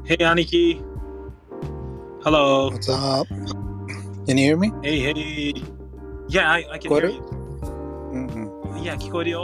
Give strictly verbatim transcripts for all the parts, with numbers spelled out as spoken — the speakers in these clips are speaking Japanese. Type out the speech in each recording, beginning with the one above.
Hey, Aniki. Hello. What's up? Can you hear me? Hey, hey. Yeah, I, I can hear you. うんうん。 いや、聞こえるよ。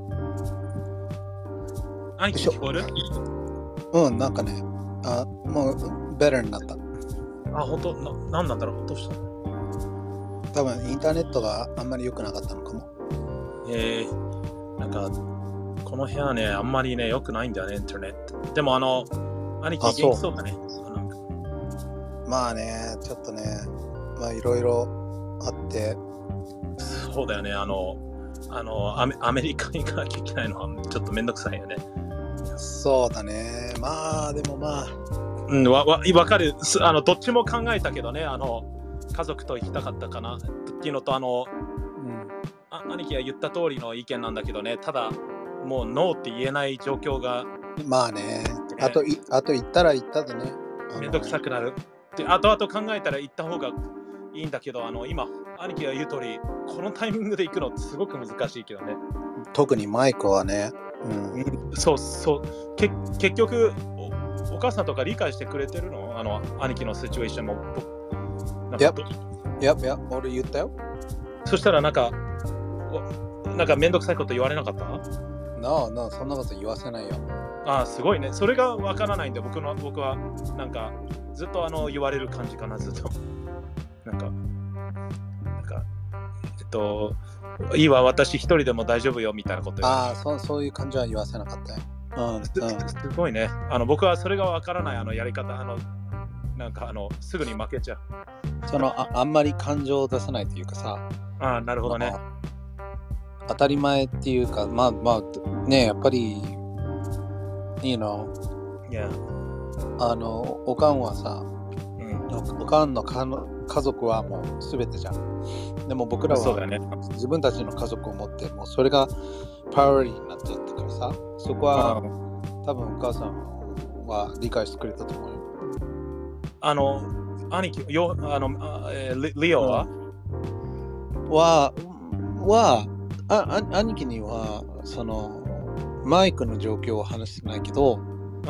兄貴よいしょ聞こえる？ うん、なんかね、あ、もう、ベターになった。 あ、本当な、なんなんだろうどうしたの？ 多分、インターネットがあんまり良くなかったのかも。 えー、なんか、この部屋ね、あんまりね、良くないんだよね、インターネット。でも、あの、兄貴あ、そう元気そうだね。なんかまあね、ちょっとね、まあ、いろいろあって、 そうだよね、あの、あのアメ、アメリカに行かなきゃいけないのはちょっとめんどくさいよね。 そうだね。まあ、でもまあ、 うん、わ、わ、わかる。すあの、どっちも考えたけどね、あの、家族と行きたかったかなっていうのと、あの、 うん、 あ兄貴が言った通りの意見なんだけどね、ただ、もうノーって言えない状況がまあね、あとい、あと行ったら行ったでね。あのめんどくさくなる。で、後々考えたら行った方がいいんだけど、あの、今、兄貴が言う通り、このタイミングで行くのってすごく難しいけどね。 特にマイクはね、うん、 うん、そうそう。け結局お、お母さんとか理解してくれてるの？あの、兄貴のシチュエーションも。なんか Yep. いやいや、俺言ったよ。 そしたらなんか、おなんかめんどくさいこと言われなかった？ なあなあ、そんなこと言わせないよ。 ああ、すごいね。それがわからないんで、僕の僕はなんかずっとあの言われる感じかな、ずっと。なんか、なんか、えっと、いいわ、私一人でも大丈夫よみたいなこと言われああ、そそういう感じは言わせなかったよ。うんうん。 すすごいね。あの僕はそれがわからないあのやり方、あのなんかあのすぐに負けちゃう。 その あ, あんまり感情を出さないというかさ、 ああ、なるほどね。 まあ当たり前っていうか、まあまあね、やっぱり、you know、 いや、 あの、おかんはさ、 うん、 おおかんのかの家族はもうすべてじゃん。でも僕らはそうだよね。 自分たちの家族を持って、もうそれがパイオリティになっちゃったからさ、そこは多分お母さんは理解してくれたと思うよ。 あの、兄貴、よあのあえーリリオは、 は、は、ああ兄貴には、その、マイクの状況を話してないけど、 うんうん。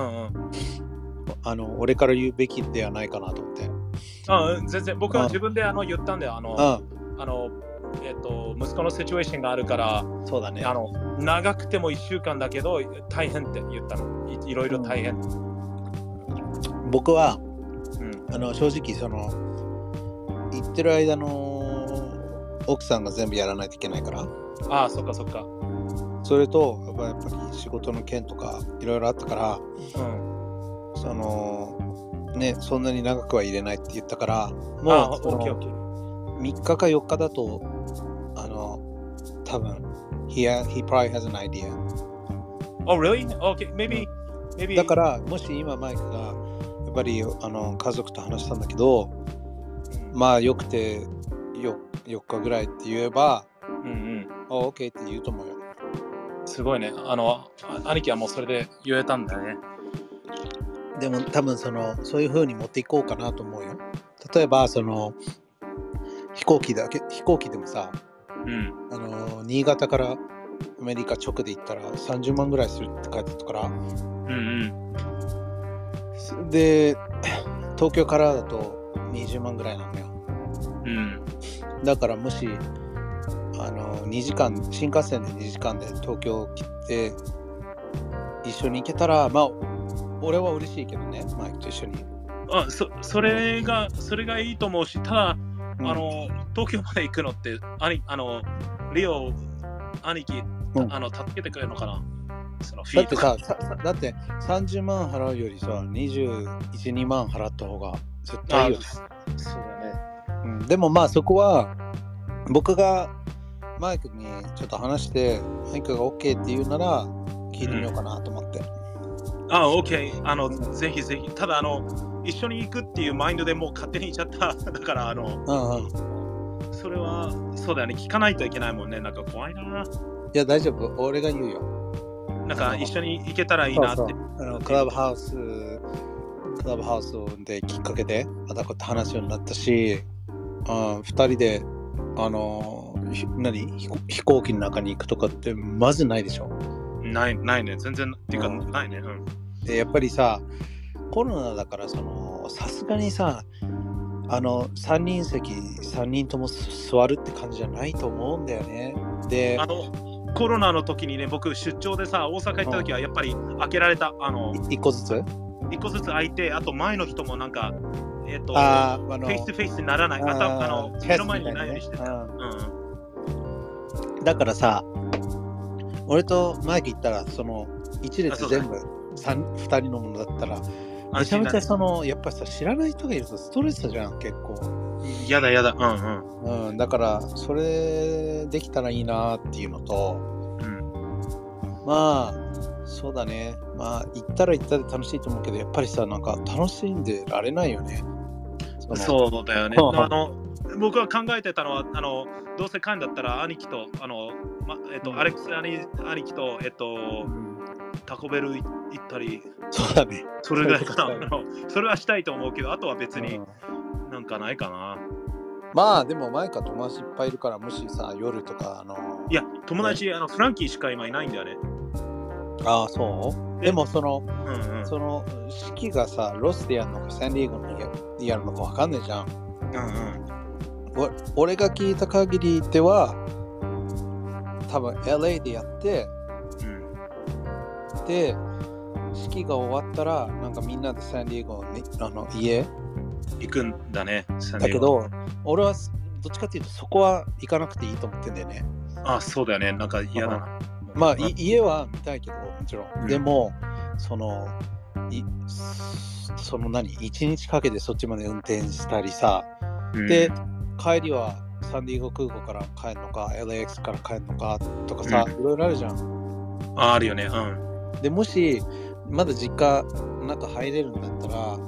あの、俺から言うべきではないかなと思って。 あうん全然、僕は自分であの言ったんだよ。あの、 うん、 あの、えっと、息子のシチュエーションがあるから、 そうだね。 あの、長くてもいっしゅうかんだけど、大変って言ったの。い, いろいろ大変。 僕は、 うん、 あの、正直、その、言ってる間の奥さんが全部やらないといけないから。 ああ、そっかそっか。 それと、やっぱり仕事の件とか、いろいろあったから、 うん、 その、ね、そんなに長くは入れないって言ったから、もう、 ああ、 そオッケーオッケのみっかかよっかだと、あの、多分、he, he probably has an idea. Oh, really? Okay, maybe, maybe. だから、もし今マイクが、やっぱりあの家族と話したんだけど、 うん、 まあよくて よ, よっかぐらいって言えば、 うんうん。 あ、OK って言うと思うよ。 すごいね。あの、あ兄貴はもうそれで言えたんだね。 でも多分その、そういう風に持っていこうかなと思うよ。例えば、その、飛行機だけ、飛行機でもさ、 うん。 あの、新潟からアメリカ直で行ったらさんじゅうまんぐらいするって書いてあったから、 うんうん、で、東京からだとにじゅうまんぐらいなのよ。 うん。 だからもし、あの、にじかん、新幹線でにじかんで東京来て、一緒に行けたら、まあ、俺は嬉しいけどね、マイクと一緒に。 あ、そ、それが、それがいいと思うし、ただ、 うん、 あの、東京まで行くのって、兄、あの、リオ、兄貴、 うん、 あの、助けてくれるのかな、そのフィだってーとか。 さ、さだってさんじゅうまん払うよりさ、にじゅういち、にまん払った方が絶対いいよ。 そうだね。 うん、でもまあそこは、僕がマイクにちょっと話して、マイクが OK って言うなら、聞いてみようかなと思って。 うん、あ、OK。あの、ぜひぜひ。ただ、あの、一緒に行くっていうマインドでもう勝手に行っちゃった。だから、あの、 うんうん、 それは、そうだよね。聞かないといけないもんね。なんか怖いな。 いや、大丈夫。俺が言うよ。 なんか、一緒に行けたらいいなって。そうそうあのクラブハウス、クラブハウスできっかけで、またこうやって話すようになったし、あふたりで、あの、何飛行機の中に行くとかってまずないでしょ。 ない、ないね。全然、っていうか、ないね。うん。 で、やっぱりさ、 コロナだからそのさすがにさあのさんにん席さんにんとも座るって感じじゃないと思うんだよね。であのコロナの時にね、僕出張でさ大阪行った時はやっぱり開けられた、あのいっこずついっこずつ開いて、あと前の人もなんかえっ、とあフェイスとフェイスにならない、あたあの目の前にないようにしてた。うんうん、だからさ俺とマイク行ったらその一列全部ふたりのものだったらめちゃめちゃそのやっぱりさ知らない人がいるとストレスじゃん結構。 やだやだ。うんうん、うん、だからそれできたらいいなっていうのと、 うん、 まあそうだね、まあ行ったら行ったで楽しいと思うけどやっぱりさなんか楽しんでられないよね。 そ, そうだよね。あの僕は考えてたのはあのどうせ帰んだったら兄貴とあの、まえっと、アレックス兄兄貴とえっと、うん、タコベル行ったり、 そうだね。 それぐらいかな。それはしたいと思うけど、あとは別になんかないかな。 まあでも前から友達いっぱいいるからもしさ夜とかあのいや友達、ね、あのフランキーしか今いないんだよね。 ああそうでもその、 うんうん、 その式がさロスでやるのかサンディエゴでやるのかわかんないじゃん。うんうん、俺が聞いた限りでは多分 エルエー でやって、うん、で式が終わったらなんかみんなでサンディエゴにあの家行くんだね。 だけど俺はどっちかっていうとそこは行かなくていいと思ってんだよね。 あ、そうだよね。なんか嫌だな。 まあ家は見たいけどもちろん、うん、でもそのいその何一日かけてそっちまで運転したりさ、うん、で帰りはサンディエゴ空港から帰るのか エルエーエックス から帰るのかとかさ、うん、いろいろあるじゃん。 あ、あるよね。うん。 でもしまだ実家の中入れるんだったら、うん、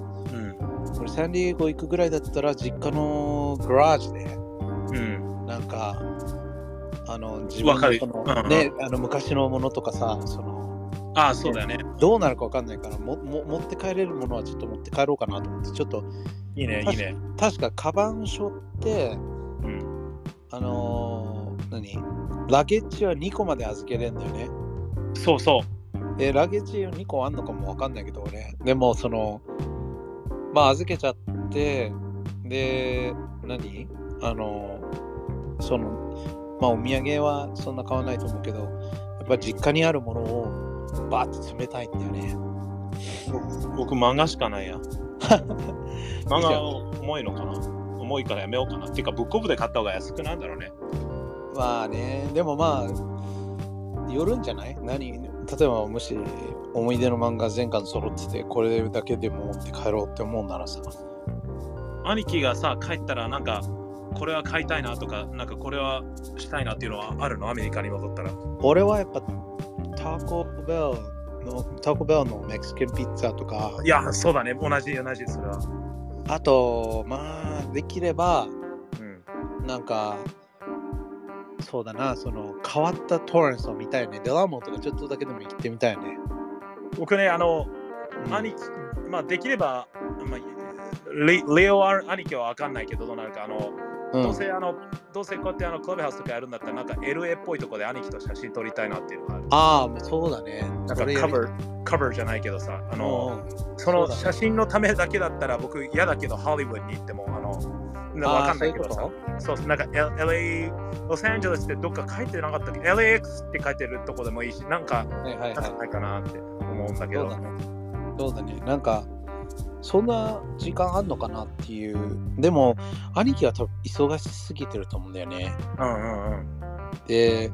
俺サンディエゴ行くぐらいだったら実家のグラージで、うん、なんかあの自分の、うんうん、ね、あの昔のものとかさそのああそうだよね。 どうなるか分かんないからもも持って帰れるものはちょっと持って帰ろうかなと思ってちょっといいねいいね。 確かカバン背負って、うん、あのー、何ラゲッジはにこまで預けれるんだよね。 そうそうでラゲッジにこあんのかも分かんないけど俺でもそのまあ預けちゃってで何あのー、そのまあお土産はそんな買わないと思うけどやっぱ実家にあるものをバーッと詰めたいんだよね。 僕漫画しかないや。漫画重いのかな。重いからやめようかなっていうかブックオフで買った方が安くなんだろうね。 まあねでもまあよるんじゃない。何例えばもし思い出の漫画全巻揃っててこれだけでも持って帰ろうって思うならさ兄貴がさ帰ったらなんかこれは買いたいなとかなんかこれはしたいなっていうのはあるの？アメリカに戻ったら。 俺はやっぱタコベルのタコベルのメキシカンピッツァとか。 いやそうだね同じ同じそれは。 あとまあできれば、うん、なんかそうだなその変わったトランスを見たいよね。デラモンとかちょっとだけでも行ってみたいよね。 僕ねあの、うん、兄貴まあできれば、まあ、レ, レオア兄貴は分かんないけどどうなるかあのうん、どうせあのどうせこうやってあのクラブハウスとかやるんだったらなんか エルエー っぽいところで兄貴と写真撮りたいなっていうのがある。 ああそうだね。 なんかカバーカバーじゃないけどさあのその写真のためだけだったら僕嫌だけどハリウッドに行ってもあの分かんないけどさそうなんか エルエー ロサンゼルスってどっか書いてなかったっけ エルエーエックス って書いてるとこでもいいしなんかないかなって思うんだけど。 そうだね。そうだねなんかそんな時間あんのかなっていう。でも兄貴は多分忙しすぎてると思うんだよね。 うんうんうん。 で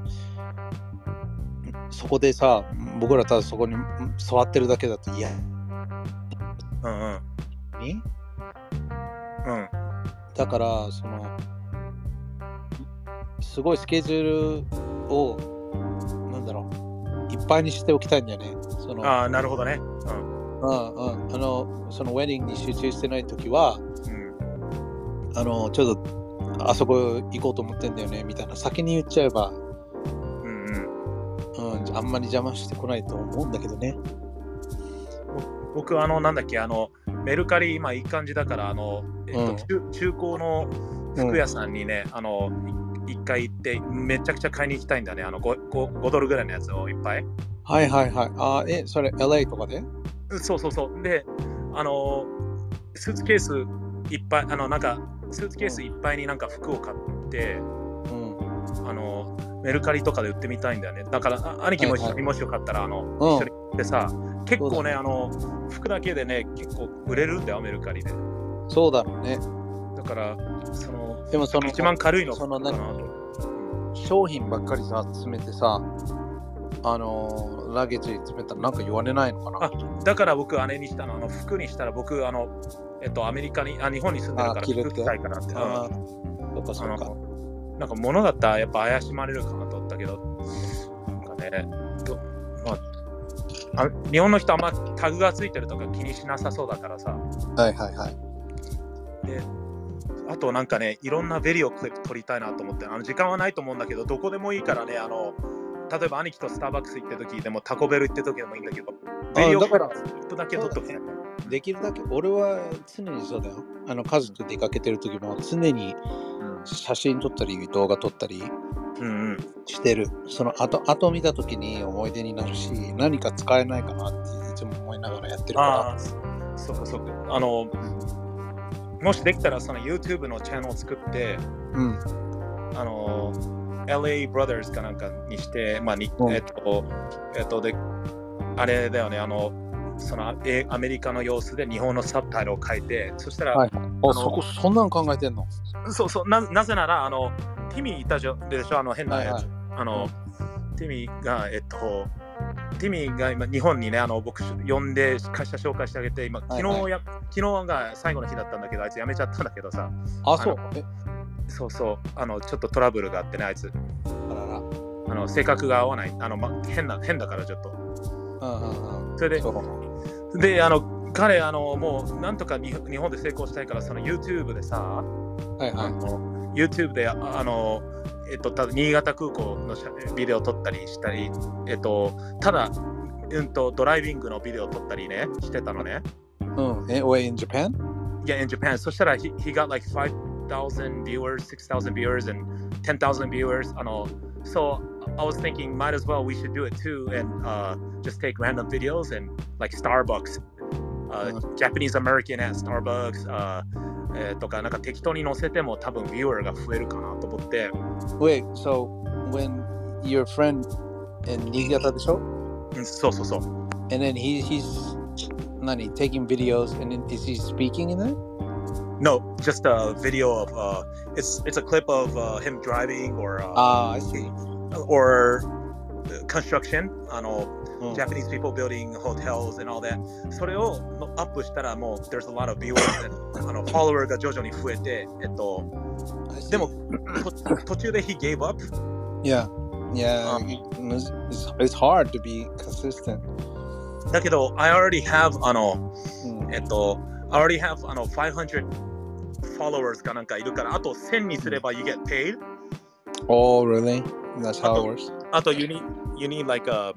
そこでさ僕らただそこに座ってるだけだと嫌。 うんうん。 に？ うん。 だからそのすごいスケジュールをなんだろういっぱいにしておきたいんだよね。そのああなるほどね。うんうんうん、あのそのウェディングに集中してないときは、うん、あのちょっとあそこ行こうと思ってんだよねみたいな先に言っちゃえば、うんうんうん、あんまり邪魔してこないと思うんだけどね。 僕あのなんだっけあのメルカリ今いい感じだからあの、えっとうん、中, 中古の服屋さんにね、うん、あの一回行ってめちゃくちゃ買いに行きたいんだねあの 5, 5, ごドルぐらいのやつをいっぱい。 はいはいはい。あえそれ エルエー とかで？ そうそうそう。で、 あのスーツケースいっぱいあのなんかスーツケースいっぱいになんか服を買って、うん、あのメルカリとかで売ってみたいんだよね。だから兄貴も一緒にもしよかったら、はいはい、あの、うん、一緒に行ってさ、結構ね、あの服だけでね結構売れるんだよメルカリで。 そうだろうね。 だからそのでもその一番軽いのその何商品ばっかりさ集めてさ、あのラゲージ詰めたらなんか言われないのかな。 あ、だから僕あれにしたの、あの服にしたら僕あのえっとアメリカにあ日本に住んでるから服着たいからって。ああ、 そうかそうか。 なんか物だったらやっぱ怪しまれるかなと思ったけど、なんかね、とまあ、あ日本の人あんまタグがついてるとか気にしなさそうだからさ。 はいはいはい。 で、あとなんかね、いろんなビデオクリップ撮りたいなと思って、あの時間はないと思うんだけど、どこでもいいからね、あの例えば兄貴とスターバックス行って時でもタコベル行って時でもいいんだけど、ビデオクリップだけ撮っとくね。 できるだけ俺は常にそうだよ。あの家族と出かけてる時も常に写真撮ったり動画撮ったりしてる。うんうん、その後後見た時に思い出になるし、何か使えないかなっていつも思いながらやってるから。 ああ、そうかそうか。あのもしできたらその YouTube のチャンネルを作って、うん、あの エルエー Brothers かなんかにして、まあに、うん、えっとえっとであれだよね、あのそのアメリカの様子で日本のサブタイトルを書いて、そしたら、はい、 あそこそんなの考えてんの？ そうそう、な, なぜならあのティミーいたじゃでしょ、あの変なやつ、はいはい、あの、うん、ティミーがえっとティミーが今日本にね、あの僕呼んで会社紹介してあげて、今昨日や、はいはい、昨日が最後の日だったんだけど、あいつ辞めちゃったんだけどさ。 あ、そう。 えそうそう、あのちょっとトラブルがあってね、あいつ。あらら。あの性格が合わない、あの、ま、変な変だからちょっと。うんうんうん。それで。で、あの彼あのもうなんとか日本で成功したいから、その YouTube でさ、はいはい、YouTube であのえっとただ新潟空港のビデオを撮ったりしたり、えっとただうんとドライビングのビデオを撮ったりねしてたのね。 うん。え、wait in Japan? Yeah, in Japan. そしたら he, he got like five thousand viewers, six thousand viewers, and ten thousand viewers. あの So I was thinking, might as well we should do it too, and uh, just take random videos and like Starbucks, uh, Japanese American at Starbucks, uh, えー、とかなんか適当に載せても多分ビューアーが増えるかなと思って。 Wait, so when your friend in 新潟でしょ？ そうそうそう。 And then he he's何 taking videos and then is he speaking in it? No, just a video of uh, it's it's a clip of uh, him driving or uh, ah, I see. or construction. あの、うん、Japanese people building hotels and all that. それをアップしたらもう there's a lot of viewers and あの follower が徐々に増えて、えっとでも途中で he gave up. Yeah, yeah. Um, it's, it's hard to be consistent. だけど I already have あの、うん、えっと I already have あのfive hundred followers かなんかいるから、あとtenにすれば you get paid. Oh, really? That's how it works. あと you need you need like a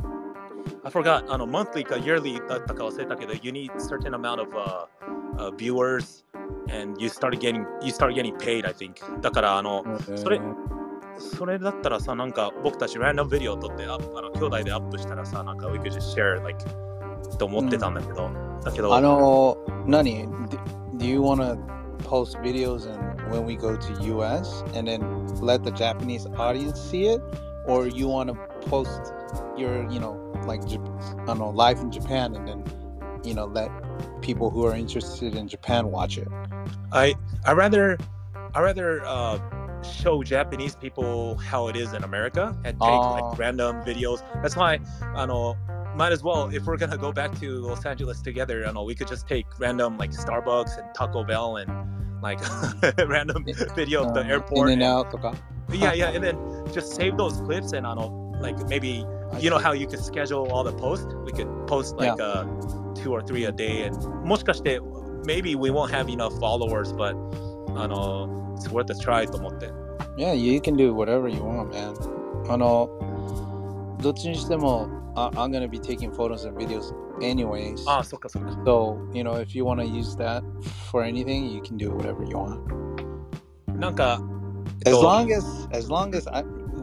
I forgot あの monthly か yearly だったか忘れたけど you need certain amount of、uh, uh, viewers and you start getting you start getting paid I think. だからあの、okay. それそれだったらさ、なんか僕たち random ビデオ撮ってあの兄弟でアップしたらさ、なんか we could just share like と思ってたんだけど、うん、だけどあの何 do you wanna post videos and when we go to U S and then let the Japanese audience see it, or you wanna post your you know like I know life in Japan and then you know let people who are interested in Japan watch it? I I rather I rather uh show Japanese people how it is in America and take uh, like random videos. That's why I know might as well if we're gonna go back to Los Angeles together, I know we could just take random like Starbucks and Taco Bell and like random video of the airport. In and out, okay. Yeah, yeah, and then just save those clips and I know like maybe you know how you could schedule all the posts. We could post like yeah. uh two or three a day, and もしかして maybe we won't have enough followers, but I know it's worth a try と思って。 Yeah, you can do whatever you want, man. あのどっちにしても I'm gonna be taking photos and videos anyways. ああ、そっかそっか。 So, you know, if you want to use that for anything, you can do whatever you want. なんか、 as long as as long as I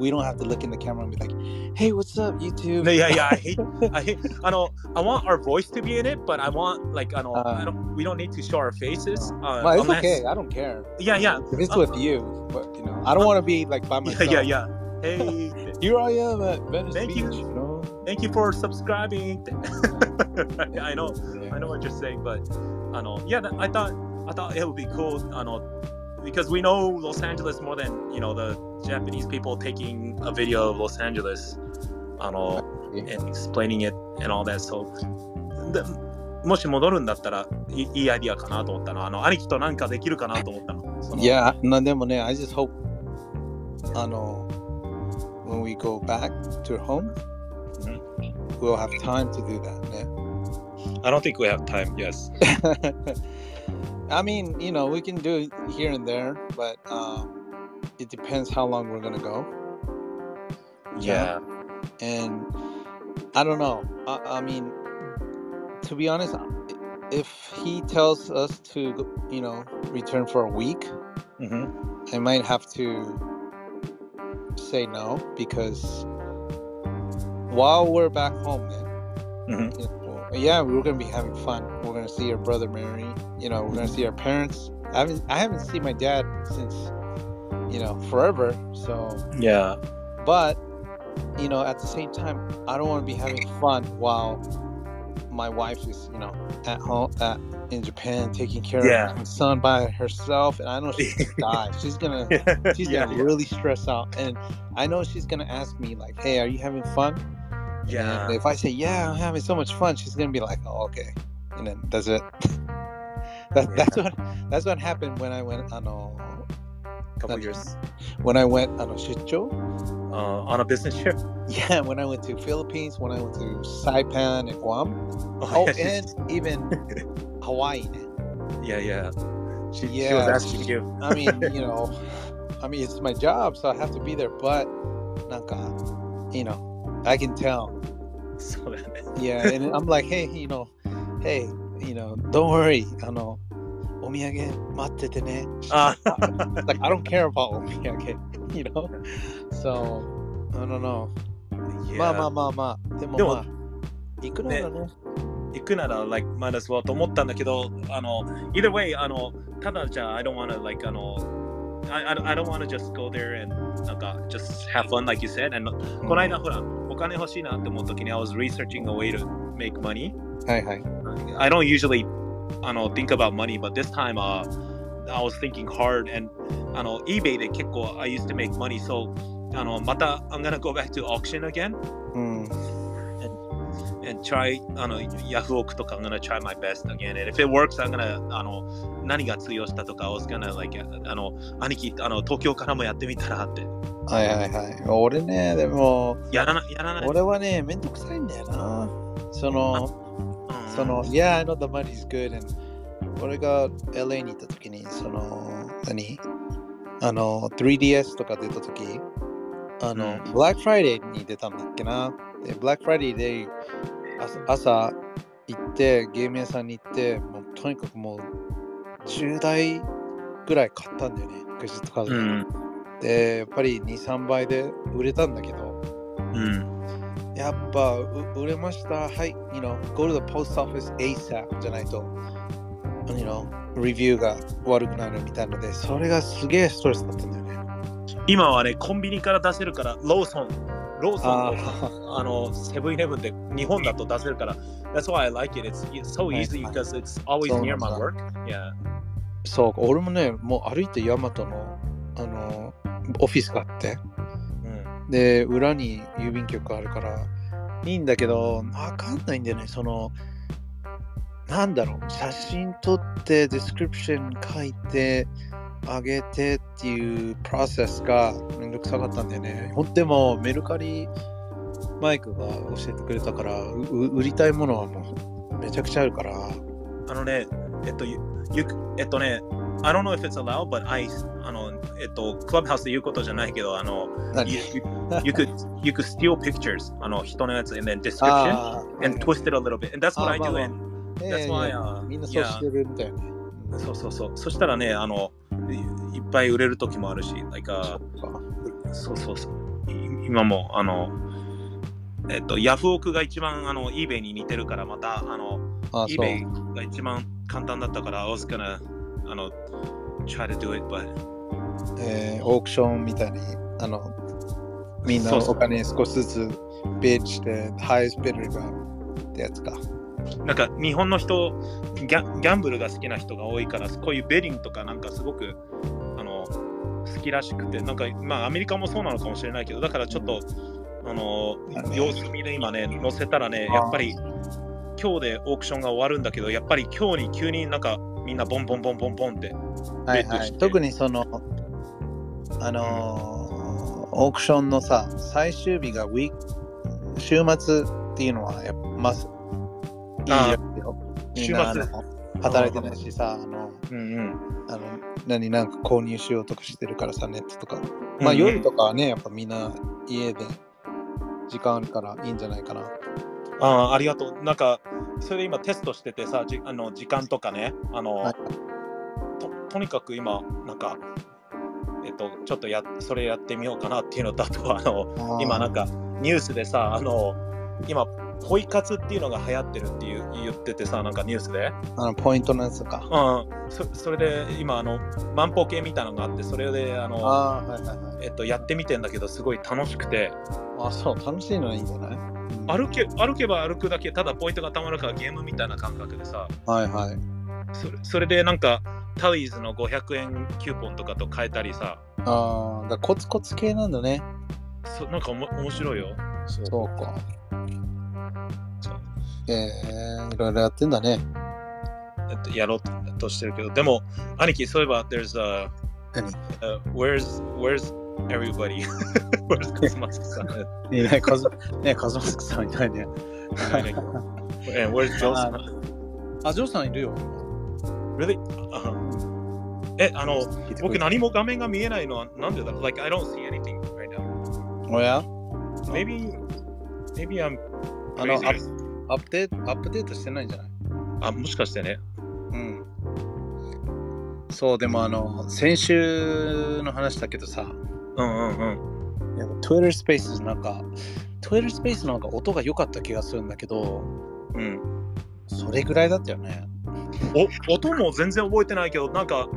we don't have to look in the camera and be like, hey, what's up, YouTube? Yeah, yeah, I hate, I hate, I know, I want our voice to be in it, but I want, like, I know, Uh, I don't, we don't need to show our faces. Uh, Well, it's unless, okay. I don't care. Yeah, yeah. If it's Uh, with you, but you know, I don't want to be like by Yeah, myself. yeah, yeah. Hey, Here I am at Venice Thank Beach. you. You know? thank you for subscribing. I know, Yeah. I know what you're saying, but, I know, yeah, that- I thought, I thought it would be cool, I know, because we know Los Angeles more than, you know, the Japanese people taking a video of Los Angeles, I know, and explaining it and all that. So, でもし戻るんだったらいいいいアイディアかなと思ったの。あの兄貴となんかできるかなと思ったの。その Yeah, なんでもね、I just hope, あの、when we go back to home, we'll have time to do that ね。 I don't think we have time. Yes. I mean, you know, we can do it here and there, but um, it depends how long we're gonna go. Yeah. And I don't know. I, I mean, to be honest, if he tells us to, you know, return for a week, Mm-hmm. I might have to say no because while we're back home, man, Mm-hmm. you know, yeah, we're gonna be having fun. We're gonna see our brother Mary. You know, we're gonna see our parents. I haven't, I haven't seen my dad since, you know, forever. So, Yeah. but you know, at the same time, I don't want to be having fun while my wife is, you know, at home at, in Japan taking care Yeah. of my son by herself, and I know she's gonna die. She's gonna, she's yeah. gonna really stress out, and I know she's gonna ask me like, "Hey, are you having fun?" Yeah. And if I say, "Yeah, I'm having so much fun," she's gonna be like, "Oh, okay," and then that's it. that, Yeah. That's what that's what happened when I went on a, Couple that- years when I went on a Shicho. uh, on a business trip. Yeah, when I went to Philippines, when I went to Saipan and Guam. Oh, yeah, and even Hawaii. yeah, yeah. She, she Yeah. was asking you. I mean, you know, I mean, it's my job, so I have to be there. But, nanka, you know, I can tell. そうだね。 Yeah, and I'm like, hey, you know, hey, you know, don't worry. あの、お土産待っててね。 あ Like, I don't care about お土産, you know? So, I don't know. まあまあまあまあ。でもでもまあ、行くならね。 行くなら like might as well と思ったんだけど、あの either way あのただじゃあ I don't wanna like あの I, I, I don't wanna just go there and なんか just have fun like you said and この間ほらお金欲しいなって思うときに I was researching a way to make money. はいはい。 I don't usually あの think about money but this time uh, I was thinking hard and あの eBay で結構 I used to make money so あのまた I'm gonna go back to auction again うん。 and try あの Yahoo オクとか I'm gonna try my best again and if it works I'm gonna あの何が通用したとか I was gonna like あの兄貴あの東京からもやってみたらってはいはいはい。俺ね、でも、 やらなやらない俺はね、めんどくさいんだよな。その、 うんその、Yeah, I know the money's good. And 俺が エルエー に行った時に、その、何あの、スリーディーエス とか出た時、あの、 うん Black Friday に出たんだっけな。で、Black Friday で朝朝行って、ゲーム屋さんに行って、もうとにかくもうじゅうだいぐらい買ったんだよね、クレジットカードで。 うんで、やっぱりに、さんばいで売れたんだけど、 うんやっぱう売れました。はい、you know, go to the post office ASAP じゃないと、you know, レビューが悪くなるみたいなので、それがすげえストレスだったんだよね。 今はねコンビニから出せるからローソンローソンあとあのセブンイレブンで日本だと出せるから That's why I like it It's so はい easy because it's always そう near なんだ my work Yeah そう、俺もね、もう歩いてヤマトの、あの、オフィスがあって、 うんで、裏に郵便局あるから、いいんだけど、わかんないんだよね、その、なんだろう、写真撮って、ディスクリプション書いて、あげてっていうプロセスがめんどくさかったんだよね。ほんでも、メルカリマイクが教えてくれたから、うう売りたいものはもうめちゃくちゃあるから。 あのねえっとゆゆえっとねI don't know if it's allowed but I あのえっとクラブハウスで言うことじゃないけどあの何 you, you, you could you could steal pictures あの人のやつ and then description あー and twist it a little bit and that's what あ I まあ do まあ and ええ that's why いや uh, みんなそうしてるんだよね。 そうそうそうそしたらねあのいいっぱい売れる時もあるし like uh, そっかそうそうそう今もあのえっとヤフオクが一番あの eBay に似てるからまたあのあ、そう。 eBay が一番簡単だったから I was gonna あの try to do it but えー、オークションみたいにあのみんなそうそうお金少しずつビッドして、ハイスビッドがってやつか。 なんか日本の人ギャ、ギャンブルが好きな人が多いからこういうベリングとかなんかすごくあの好きらしくてなんかまあアメリカもそうなのかもしれないけどだからちょっとあの様子見で今ね載せたらねやっぱり今日でオークションが終わるんだけどやっぱり今日に急になんかみんなボンボンボンボンボンってはいはい、特にそのあのー、オークションのさ最終日がウィーク週末っていうのはやっぱまずいいよ。 週末働いてないしさ、あの、 うんうん、 あの何なんか購入しようとかしてるからさ、ネットとか。まあ、うんうん、夜とかはね、やっぱみんな家で時間あるからいいんじゃないかな。 ああ、ありがとう。なんか、それで今テストしててさ、じあの時間とかね、あの、はい、と、とにかく今、なんか、えっと、ちょっとやそれやってみようかなっていうのと、あとはあのあ今なんかニュースでさ、あの、今、ポイ活っていうのが流行ってるっていう言っててさ、なんかニュースで。 あのポイントのやつか。 うん。そ, それで今、あの、万歩計みたいなのがあって、それで、あの、 あ、はいはいはい、 えっと、やってみてんだけど、すごい楽しくて。 あ、そう、楽しいのはいいんじゃない？ 歩け、歩けば歩くだけ、ただポイントがたまるからゲームみたいな感覚でさ。 はいはい。 それ, それでなんか、タウィーズのごひゃくえんキューポンとかと変えたりさ。 ああ、だコツコツ系なんだね。 そなんかおも面白いよ。 そうそうか。えー、いろいろやってんだね。 やろうとしてるけど、でも、兄貴、そういえば、there's a, uh, where's, where's everybody? where's コスマスクさんいない、コスマスクさんいないね。 And where's ジョーさんあ、ジョーさんいるよ。 Really? Uh-huh. え、あの、僕何も画面が見えないのはなんでだろう ?Like, I don't see anything right now. おや Maybe, maybe I'm あの、アップデート、アップデートしてないんじゃない？ あ、もしかしてね。 うん。そう、でもあの、先週の話だけどさ。 うんうんうん。 いや Twitter Spaces なんか、Twitter Spaces のなんか音が良かった気がするんだけど、 うん。 それぐらいだったよね。 お、音も全然覚えてないけど、なんか、うん、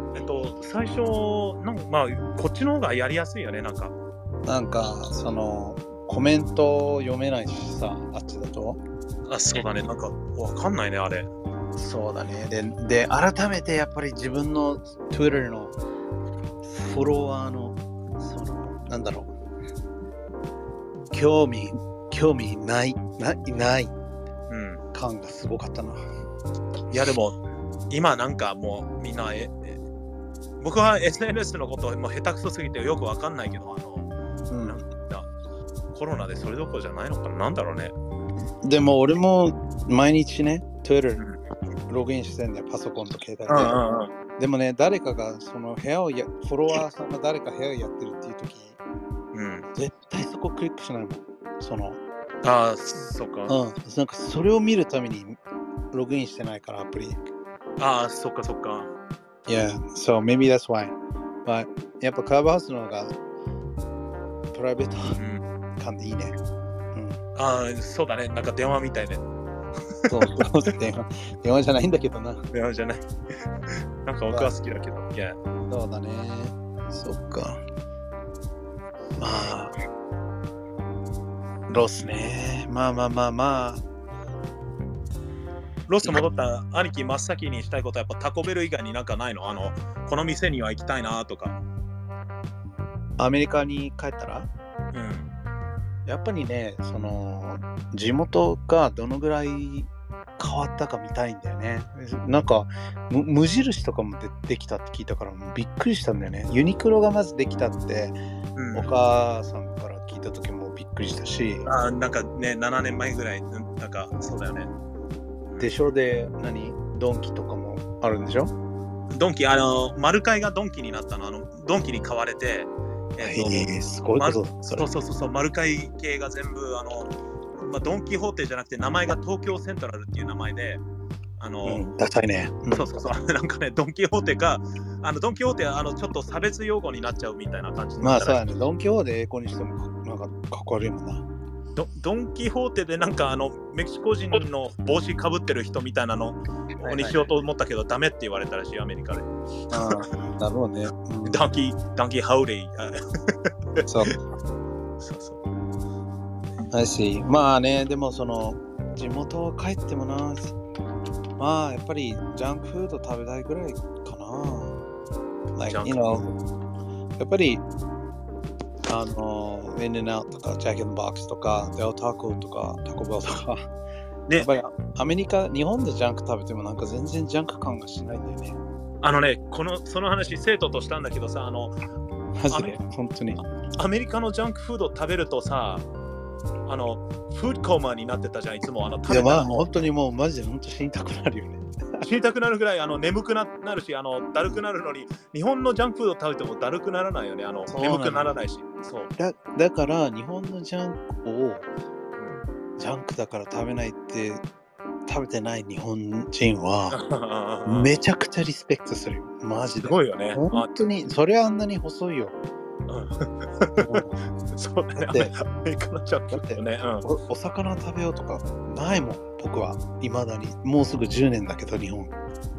えっと、最初、なんかまあ、こっちの方がやりやすいよね、なんか。 なんか、その、コメント読めないしさ、あっちだと。 あ、そうだね。なんかわかんないね、あれ。 そうだね。で、で改めてやっぱり自分の Twitter のフォロワーの、その、なんだろう。興味、興味ない、ない、ない感がすごかったな。 うん、いや、でも、今なんかもうみんな、え、え僕は エスエヌエス のこともう下手くそすぎてよくわかんないけど、あの、うん、なんかコロナでそれどころじゃないのかな、なんだろうね。 でも俺も毎日ね、Twitter ログインしてんだよ、パソコンと携帯で。 うんうんうん、 でもね、誰かがその部屋をや、フォロワーさんが誰か部屋をやってるっていう時、 うん、 絶対そこクリックしないもん。その、 ああ、そっか。 うん、なんかそれを見るためにログインしてないから、アプリ。 ああ、そっかそっか。 Yeah, so maybe that's why. But やっぱクラブハウスの方がプライベート感でいいね。 ああ、そうだね。なんか電話みたいで。 そうそう、電話。電話じゃないんだけどな。 電話じゃない。なんか僕は好きだけど。いや。 そうだね。そっか。まあ、ロスね。まあまあまあまあ。 ロス戻った兄貴、真っ先にしたいことはやっぱタコベル以外になんかないの？あの、この店には行きたいなとか。 アメリカに帰ったら？ うん。 やっぱりね、その地元がどのぐらい変わったか見たいんだよね。なんか無印とかも で, できたって聞いたからびっくりしたんだよね。ユニクロがまずできたって、うん、お母さんから聞いた時もびっくりしたし。 あ、なんかね、ななねんまえぐらい、なんかそうだよね。 でしょ。で、何ドンキとかもあるんでしょ。ドンキ、あの、マルカイがドンキになったの。あのドンキに買われて、 えーえー、すごいこと、 そそうそうそう、マルカイ系が全部あの、まあ、ドンキホーテじゃなくて名前が東京セントラルっていう名前で、ああの、 うん、ダサいね。 そうそうそう、なんかね、ドン・キホーテか、あのドン・キホーテはあのちょっと差別用語になっちゃうみたいな感じになったらしい。 まあそうだね、ドン・キホーテ英語にしてもなんかかっこ悪いもんな。 ド, ドン・キホーテでなんかあのメキシコ人の帽子かぶってる人みたいなのにしようと思ったけど、ダメって言われたらしい、アメリカで。 ああ、だろうね。うん、 ドンキ、ドンキホーテ。 そう。 そうそう。 I see。まあね、でもその、地元帰ってもな、まあやっぱりジャンクフード食べたいぐらいかな。Like, you know、やっぱり、あの、In-N-Out とか、ジャック・イン・ボックスとか、デオタコとか、タコベルとか、ね、やっぱりアメリカ、日本でジャンク食べてもなんか全然ジャンク感がしないんだよね。 あのね、このその話、生徒としたんだけどさ、あの、 マジで、本当に。 アメリカのジャンクフード食べるとさ、あの、フードコーマーになってたじゃん、いつも。あの食べたらいや、まあ、本当にもう、マジで本当死にたくなるよね。 死にたくなるぐらいあの眠く な, なるし、あのだるくなるのに、日本のジャンクフード食べてもだるくならないよね。あの眠くならないし。そうだ, だから日本のジャンクを、うん、ジャンクだから食べないって食べてない日本人はめちゃくちゃリスペクトするよ。マジで。 すごいよね。 本当に、それあんなに細いよ。 うん、そうだね。アメリカのジャンクフードね、うん、 お。お魚食べようとかないもん、僕は。いまだに。もうすぐじゅうねんだけど、日本。うん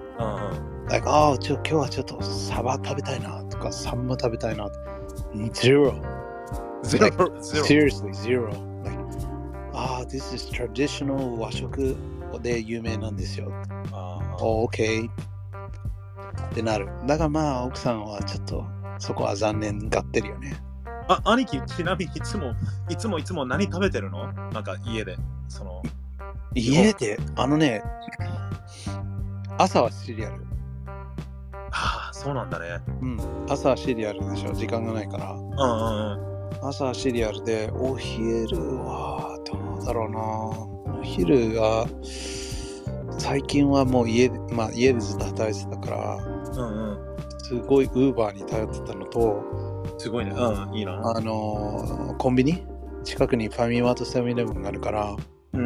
。like, ああ、ちょ、今日はちょっとサバ食べたいなとか、サンマ食べたいな。Zero. Zero. Like, seriously, zero. Like, ああ、this is traditional 和食で有名なんですよ。ああ、oh, OK. ってなる。だからまあ、奥さんはちょっとそこは残念がってるよね。 あ、兄貴、ちなみにいつも、いつもいつも何食べてるの？なんか家で。その家で、あのね、朝はシリアル。 はあ、そうなんだね。 うん、朝はシリアルでしょ、時間がないから。 うんうんうん。 朝はシリアルで、お昼はどうだろうな。お昼は、最近はもう家で、まあ家でずっと働いてたから、うんうん、すごいウーバーに頼ってたのと、 すごいね。うん、いいな。 あのー、コンビニ近くにファミマとセブンイレブンがあるから、うん。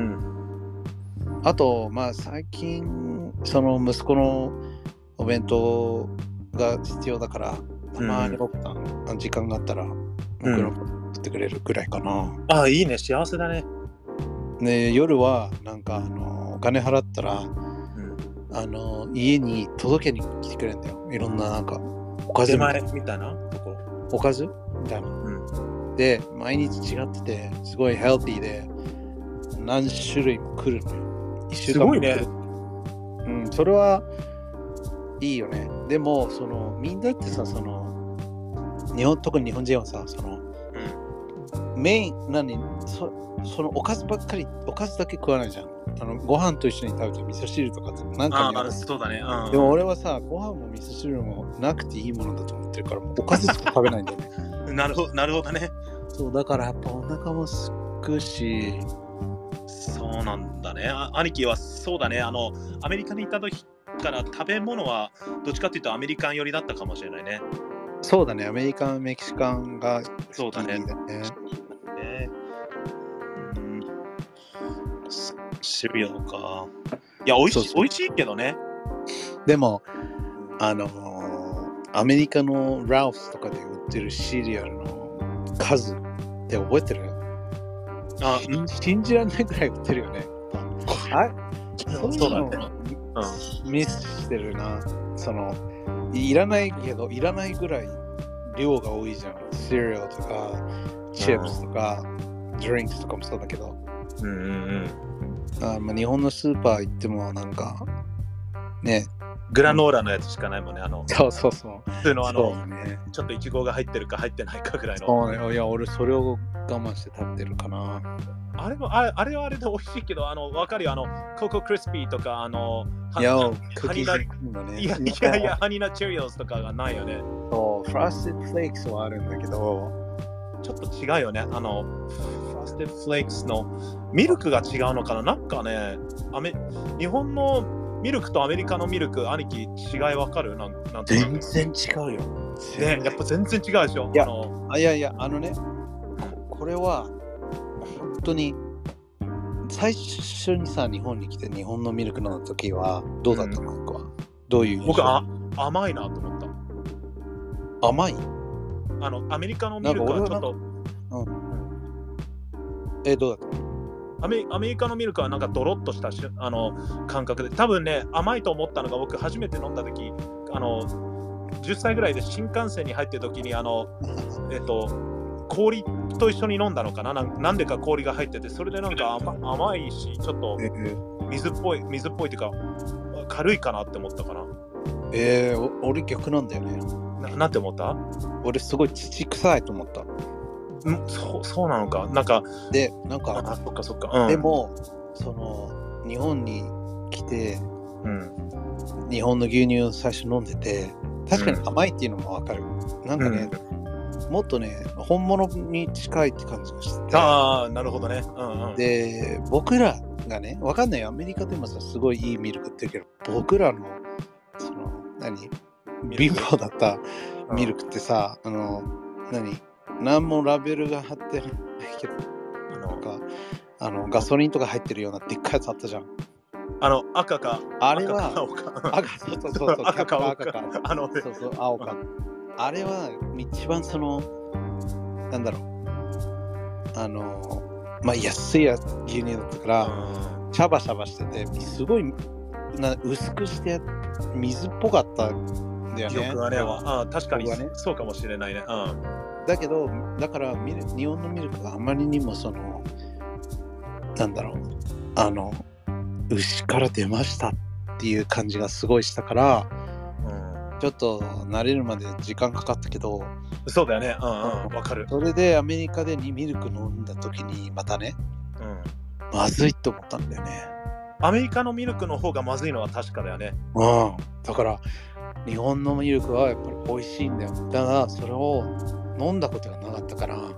あと、まあ最近、その息子のお弁当が必要だから、たまに僕が、うん、時間があったら、僕の作ってくれるぐらいかな。うん、 ああ、いいね。幸せだね。 ね、夜は、なんか、あの、お金払ったら、うん、あの、家に届けに来てくれるんだよ。いろんな、なんか、 おかずみたいな。みたいなとこ。 おかずみたいな、うん。で、毎日違ってて、すごいヘルティーで、何種類も来るのよ。一週間も来る。 すごいね。うん、それはいいよね。でも、その、みんなってさ、その、日本、特に日本人はさ、その、うん、メイン、何、そ、そのおかずばっかり、おかずだけ食わないじゃん。あの、ご飯と一緒に食べて味噌汁とかなんかにある。 そうだね。 うん、でも俺はさ、ご飯も味噌汁もなくていいものだと思ってるから、もうおかずしか食べないんだよね。 なるほど、なるほどね。 そう、だからやっぱお腹もすくし。 そうなんだね。あ、兄貴はそうだね。あの、アメリカにいた時から食べ物はどっちかっていうとアメリカン寄りだったかもしれないね。 そうだね。アメリカン、メキシカンがそうだね。ね、うん、シリアルか。いや、おいしい、そうそう、おいしいけどね。 でも、あのー、アメリカのラウスとかで売ってるシリアルの数って覚えてる？あ、信じられないぐらい売ってるよね。あ、そうだね。うん、ミスしてるな。その、いらないけど、いらないぐらい量が多いじゃん。シリアルとか、チップスとか、ドリンクスとかもそうだけど。うんうんうん。あ、まあ、日本のスーパー行ってもなんか、ね。 グラノーラのやつしかないもんね。あの、 そうそうそう。 普通のあの、ね、ちょっとイチゴが入ってるか入ってないかぐらいの。 そうね。いや、俺それを我慢して食べてるかな。 あれもあれ、あれはあれで美味しいけど、あの、わかるよ。あの、ココクリスピーとか、あの、 いや、 ハニナ、ね、いやいやいや、ハニナチェリオスとかがないよね。 そう、フラスティッドフレークスはあるんだけど、 ちょっと違うよね。あの、フラスティッドフレークスのミルクが違うのかな。なんかね、アメ日本のミルクとアメリカのミルク、兄貴、違いわかる？なんなんと全然違うよ。 ね、やっぱ全然違うでしょ。 いや、 あのあいやいや、あのね、これは本当に最初にさ、日本に来て日本のミルク飲んだ時はどうだったの、うん、はどういう印象？ 僕は甘いなと思った。 甘い？ あのアメリカのミルクはちょっと、 うん、えどうだったの？ アメ, アメリカのミルクはなんかドロッとしたしあの感覚で、多分ね甘いと思ったのが、僕初めて飲んだ時、あのじゅっさいぐらいで新幹線に入ってる時にあのえっと氷と一緒に飲んだのかな、なんでか氷が入ってて、それでなんか 甘, 甘いし、ちょっと水っぽい水っぽいっていうか軽いかなって思ったかな。 えー、俺逆なんだよね。 な, なんて思った？ 俺すごい土臭いと思った。 ん そ, そうなのか。なんかでなんかあそっかそっか、 うん、でもその日本に来て、うん、日本の牛乳を最初飲んでて、確かに甘いっていうのもわかる、うん、なんかね、うん、もっとね本物に近いって感じがしてて。 ああなるほどね、うんうん、 で僕らがね、わかんないよ、アメリカでもさすごいいいミルクって言うけど、僕らのその何貧乏だったミルクってさ、うん、あの何何もラベルが貼ってないけど、なんかあのガソリンとか入ってるようなでっかいやつあったじゃん。 あの赤かあれは赤か赤そうそうそうそう赤か赤かあのそうそう青か、うん、あれは一番そのなんだろう、あのまあ安い牛乳だったから、うん、シャバシャバしててすごいな薄くして水っぽかったんだよね。 よくあれは、あ確かに、ね、そうかもしれないね。うんだけど、だからミル日本のミルクがあまりにもそのなんだろう、あの牛から出ましたっていう感じがすごいしたから、うん、ちょっと慣れるまで時間かかったけど。 そうだよね、うんうん、わかる。 それでアメリカでにミルク飲んだ時にまたね、うん、まずいって思ったんだよね。 アメリカのミルクの方がまずいのは確かだよね。 うん、だから日本のミルクはやっぱり美味しいんだよ。だからそれを飲んだことがなかったから、うん、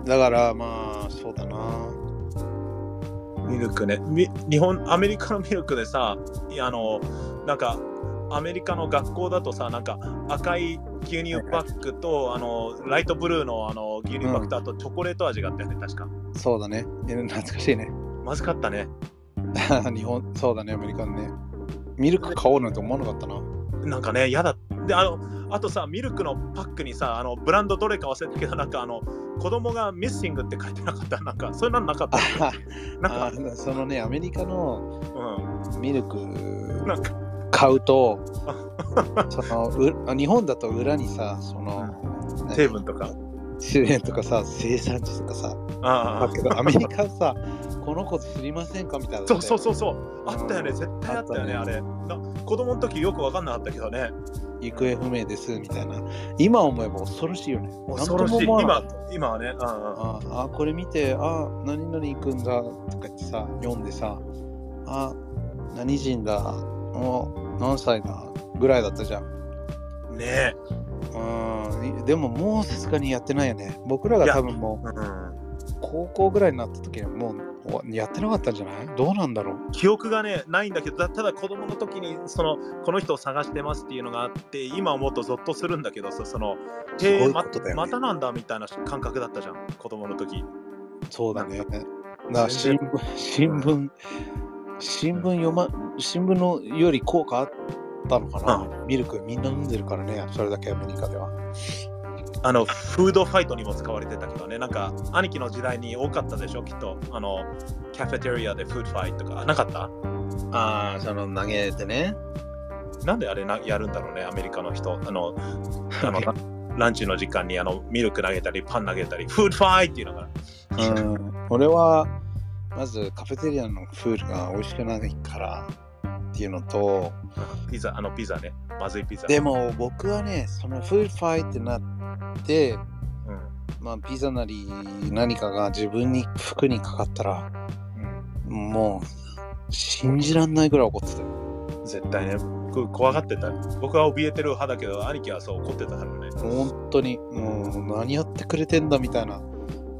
だからまあそうだな、 ミルクね、日本アメリカのミルクでさ、あのなんかアメリカの学校だとさ、なんか赤い牛乳パックと、はいはい、あのライトブルーのあの牛乳パックと、うん、あとチョコレート味があったよね、確か。 そうだね、懐かしいね。 まずかったね。 日本、そうだね、アメリカのね。ミルク買おうなんて思わなかったな。 なんかね、嫌だ。で、あの、あとさ、ミルクのパックにさ、あのブランドどれか忘れたけど、なんかあの、子供がミッシングって書いてなかった。なんか、そういうのなかった。 なんか、そのね、アメリカのミルク買うと、そのう日本だと裏にさ、その、 成分とか。 成分とかさ、生産地とかさ、あだけどアメリカさ、この子知りませんかみたいな。 そうそうそうそう、あったよね、絶対あったよね、あれ。な子供の時よく分かんなかったけどね。 行方不明ですみたいな。今思えば恐ろしいよね。 恐ろしい。今、今はね。 ああ、これ見て、あ何々行くんだとか言ってさ、読んでさ、あ何人だ、もう何歳だぐらいだったじゃん。 ねえ。 うん、でももうさすがにやってないよね。僕らが多分もう、うん、高校ぐらいになった時にはもうやってなかったんじゃない？どうなんだろう。 記憶がねないんだけど、ただ子供の時にそのこの人を探してますっていうのがあって、今思うとゾッとするんだけどさ、そのえー、 ま, またなんだみたいな感覚だったじゃん、子供の時。 そうだね。だから新聞新聞新聞読ま新聞のより効果あったのかな、うん、ミルクみんな飲んでるからね、それだけアメリカでは。 あのフードファイトにも使われてたけどね、なんか兄貴の時代に多かったでしょ、きっと。あのカフェテリアでフードファイトとかなかった？ ああ、その投げてね。 なんであれなやるんだろうね、アメリカの人。あのあのランチの時間にあのミルク投げたりパン投げたりフードファイトっていうのが。 うん、俺はまずカフェテリアのフードが美味しくないからっていうのと、 ピザ、あのピザね、まずいピザ。 でも僕はね、そのフードファイトってなって、うん、まあピザなり何かが自分に服にかかったら、うん、もう信じらんないぐらい怒ってたよ。 絶対ね、僕怖がってた。僕は怯えてる派だけど、兄貴はそう怒ってたからね。 本当にもう何やってくれてんだみたいな。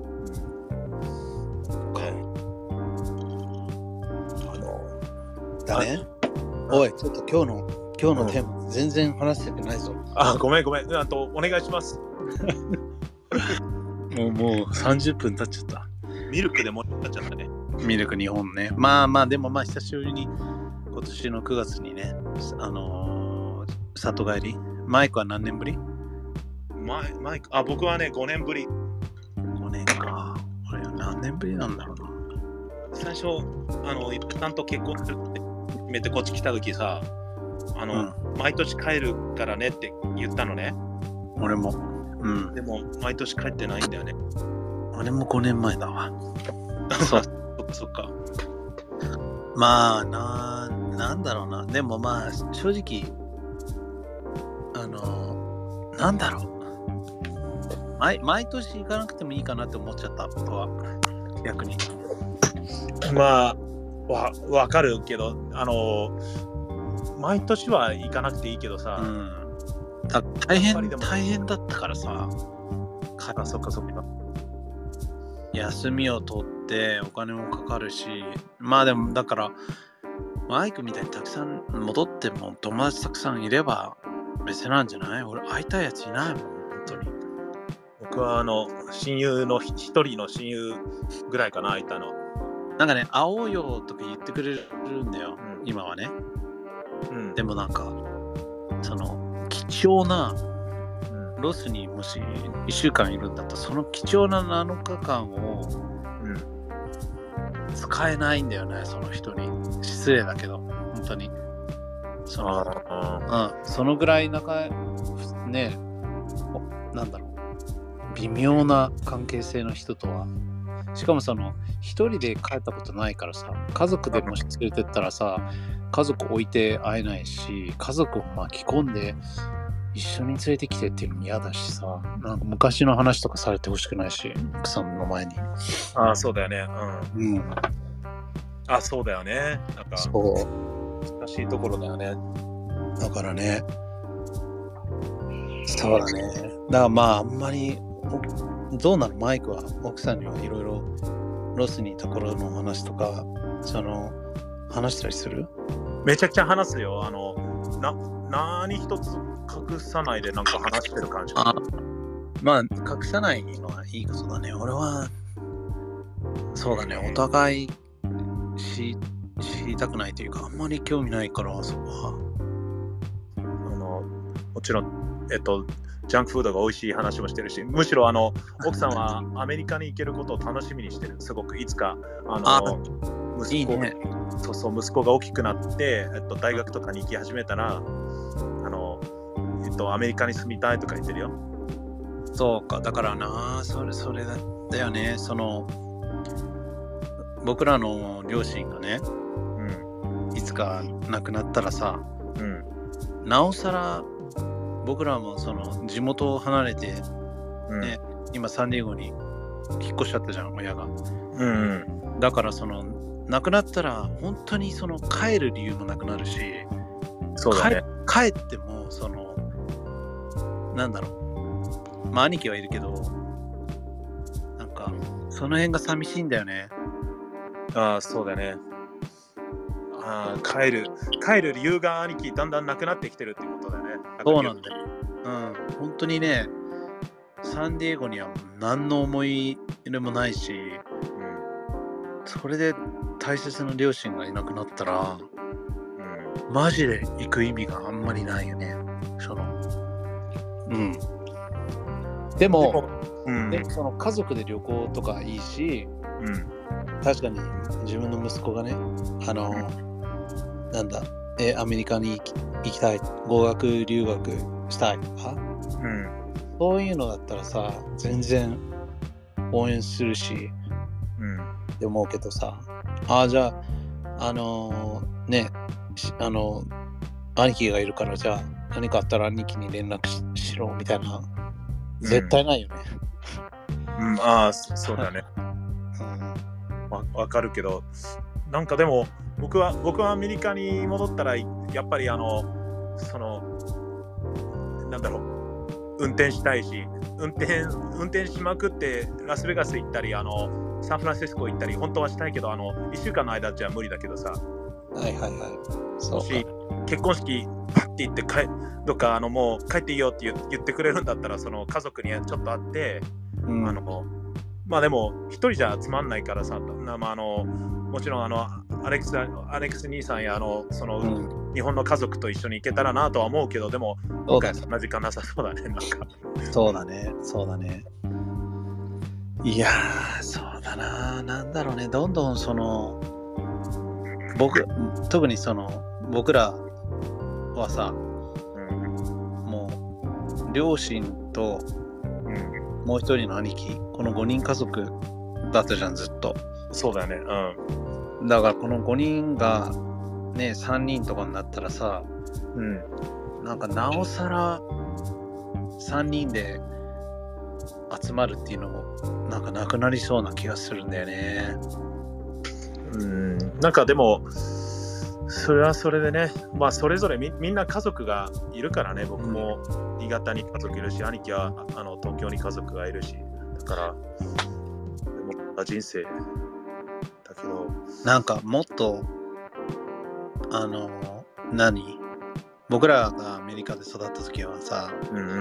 だね。おい、ちょっと今日の今日のテーマ、うん、全然話せてないぞ。 あ、ごめんごめん。あとお願いします。 もうもうさんじゅっぷん経っちゃった。 ミルクでもらっちゃったね。 ミルク日本ね。まあまあ、でもまあ久しぶりに今年のくがつにね、あのー、里帰り。マイクは何年ぶり？ マイマイク、あ、僕はね、ごねんぶり。 ごねんか。俺は何年ぶりなんだろうな。 最初、あの、ちゃんと結婚するって決めてこっち来た時さ、あの、うん、毎年帰るからねって言ったのね。 俺も。うん。 でも、毎年帰ってないんだよね。 俺もごねんまえだわ。 そう、そっかそっか。 まあな、なんだろうな。でもまあ、正直、あの、なんだろう。毎, 毎年行かなくてもいいかなって思っちゃったことは、逆に。 まあ、わ、わかるけど、あの、毎年は行かなくていいけどさ、うん、 だ大変、大変だったからさ、 あ、そっかそっか。 休みを取ってお金もかかるし、まあでもだからマイクみたいにたくさん戻っても友達たくさんいれば別なんじゃない？俺会いたいやついないもん本当に。 僕はあの親友の一人の親友ぐらいかな会いたの。 なんかね、会おうよとか言ってくれるんだよ、うん、今はね、うん、でもなんかその貴重なロスにもしいっしゅうかんいるんだったらその貴重ななのかかんを使えないんだよね、その人に。失礼だけど本当にその、うん、そのぐらい仲ね、なんだろう、微妙な関係性の人とは、しかもその一人で帰ったことないからさ、家族でもし連れてったらさ、家族置いて会えないし、家族を巻き込んで一緒に連れてきてっていうのも嫌だしさ、なんか昔の話とかされてほしくないし、奥さんの前に。 ああ、そうだよね。うん。うん、あ、そうだよね。なんか、そう。難しいところだよね。 だからね。そうだね。だからまあ、あんまり、どうなの？マイクは奥さんにはいろいろロスにいた頃の話とか、その、話したりする？ めちゃくちゃ話すよ。あの、な、何一つ隠さないでなんか話してる感じ。 あ、まあ隠さないのはいいことだね。俺はそうだね、お互い知りたくないというか、あんまり興味ないから、そこは。 あのもちろんえっとジャンクフードが美味しい話もしてるし、むしろあの奥さんはアメリカに行けることを楽しみにしてる。すごくいつかあのあ息子いいね。 そうそう、息子が大きくなって、えっと、大学とかに行き始めたら、あの、えっと、アメリカに住みたいとか言ってるよ。 そうか、だからな、それ、それだよね。その、僕らの両親がね、うん、いつか亡くなったらさ、うん、なおさら僕らもその地元を離れて、うん、ね、今サンディエゴに引っ越しちゃったじゃん、親が。うんうん、だからその、亡くなったら本当にその帰る理由もなくなるし、 そうだね、 帰ってもそのなんだろう、まあ兄貴はいるけど、なんかその辺が寂しいんだよね。 ああ、そうだね。ああ、帰る帰る理由が兄貴だんだんなくなってきてるってことだよね。 そうなんだよ。うん、本当にね、サンディエゴには何の思い入れもないし、うん、それで大切な両親がいなくなったら、うん、マジで行く意味があんまりないよね。その、うん。でも、でも、うん、でもその家族で旅行とかいいし、うん、確かに自分の息子がね、あの、うん、なんだ、えアメリカに行き、行きたい、語学留学したいとか、うん、そういうのだったらさ、全然応援するし、うん、って思うけどさ。ああ、じゃあ、あのー、ね、あのー、兄貴がいるから、じゃあ、何かあったら兄貴に連絡 し, しろみたいな、絶対ないよね。 うん、うん、ああ、そうだね。うん、わ, わかるけど、なんかでも、僕は、僕はアメリカに戻ったら、やっぱりあの、その、なんだろう、運転したいし、運転、運転しまくって、ラスベガス行ったり、あの、サンフランシスコ行ったり本当はしたいけど、あのいっしゅうかんの間じゃ無理だけどさ、 はいはいはい、そうか、もし結婚式パッて行って帰どっかあのもう帰っていいよって 言, 言ってくれるんだったら、その家族にちょっと会って、 うん、 あのまあでも一人じゃつまんないからさ、まあ、あのもちろんあのアレックスアレックス兄さんやあのその、 うん、 日本の家族と一緒に行けたらなとは思うけど、でも今回はそんな時間なさそうだね。なんかそうだね、そうだね。いやー、そうだな、なんだろうね、どんどんその僕、特にその僕らはさ、 うん、 もう両親とうん、 もう一人の兄貴、このごにん家族だったじゃん、ずっと。 そうだよね。うん。 だからこのごにんがね、さんにんとかになったらさ、 うん、 なんかなおさらさんにんで集まるっていうのもなんかなくなりそうな気がするんだよね。 うん、なんかでもそれはそれでね、まあそれぞれ み, みんな家族がいるからね。僕も新潟に家族いるし、兄貴はあの東京に家族がいるし、だからでも人生だけど、 なんかもっとあの何僕らがアメリカで育った時はさ、 うんうん、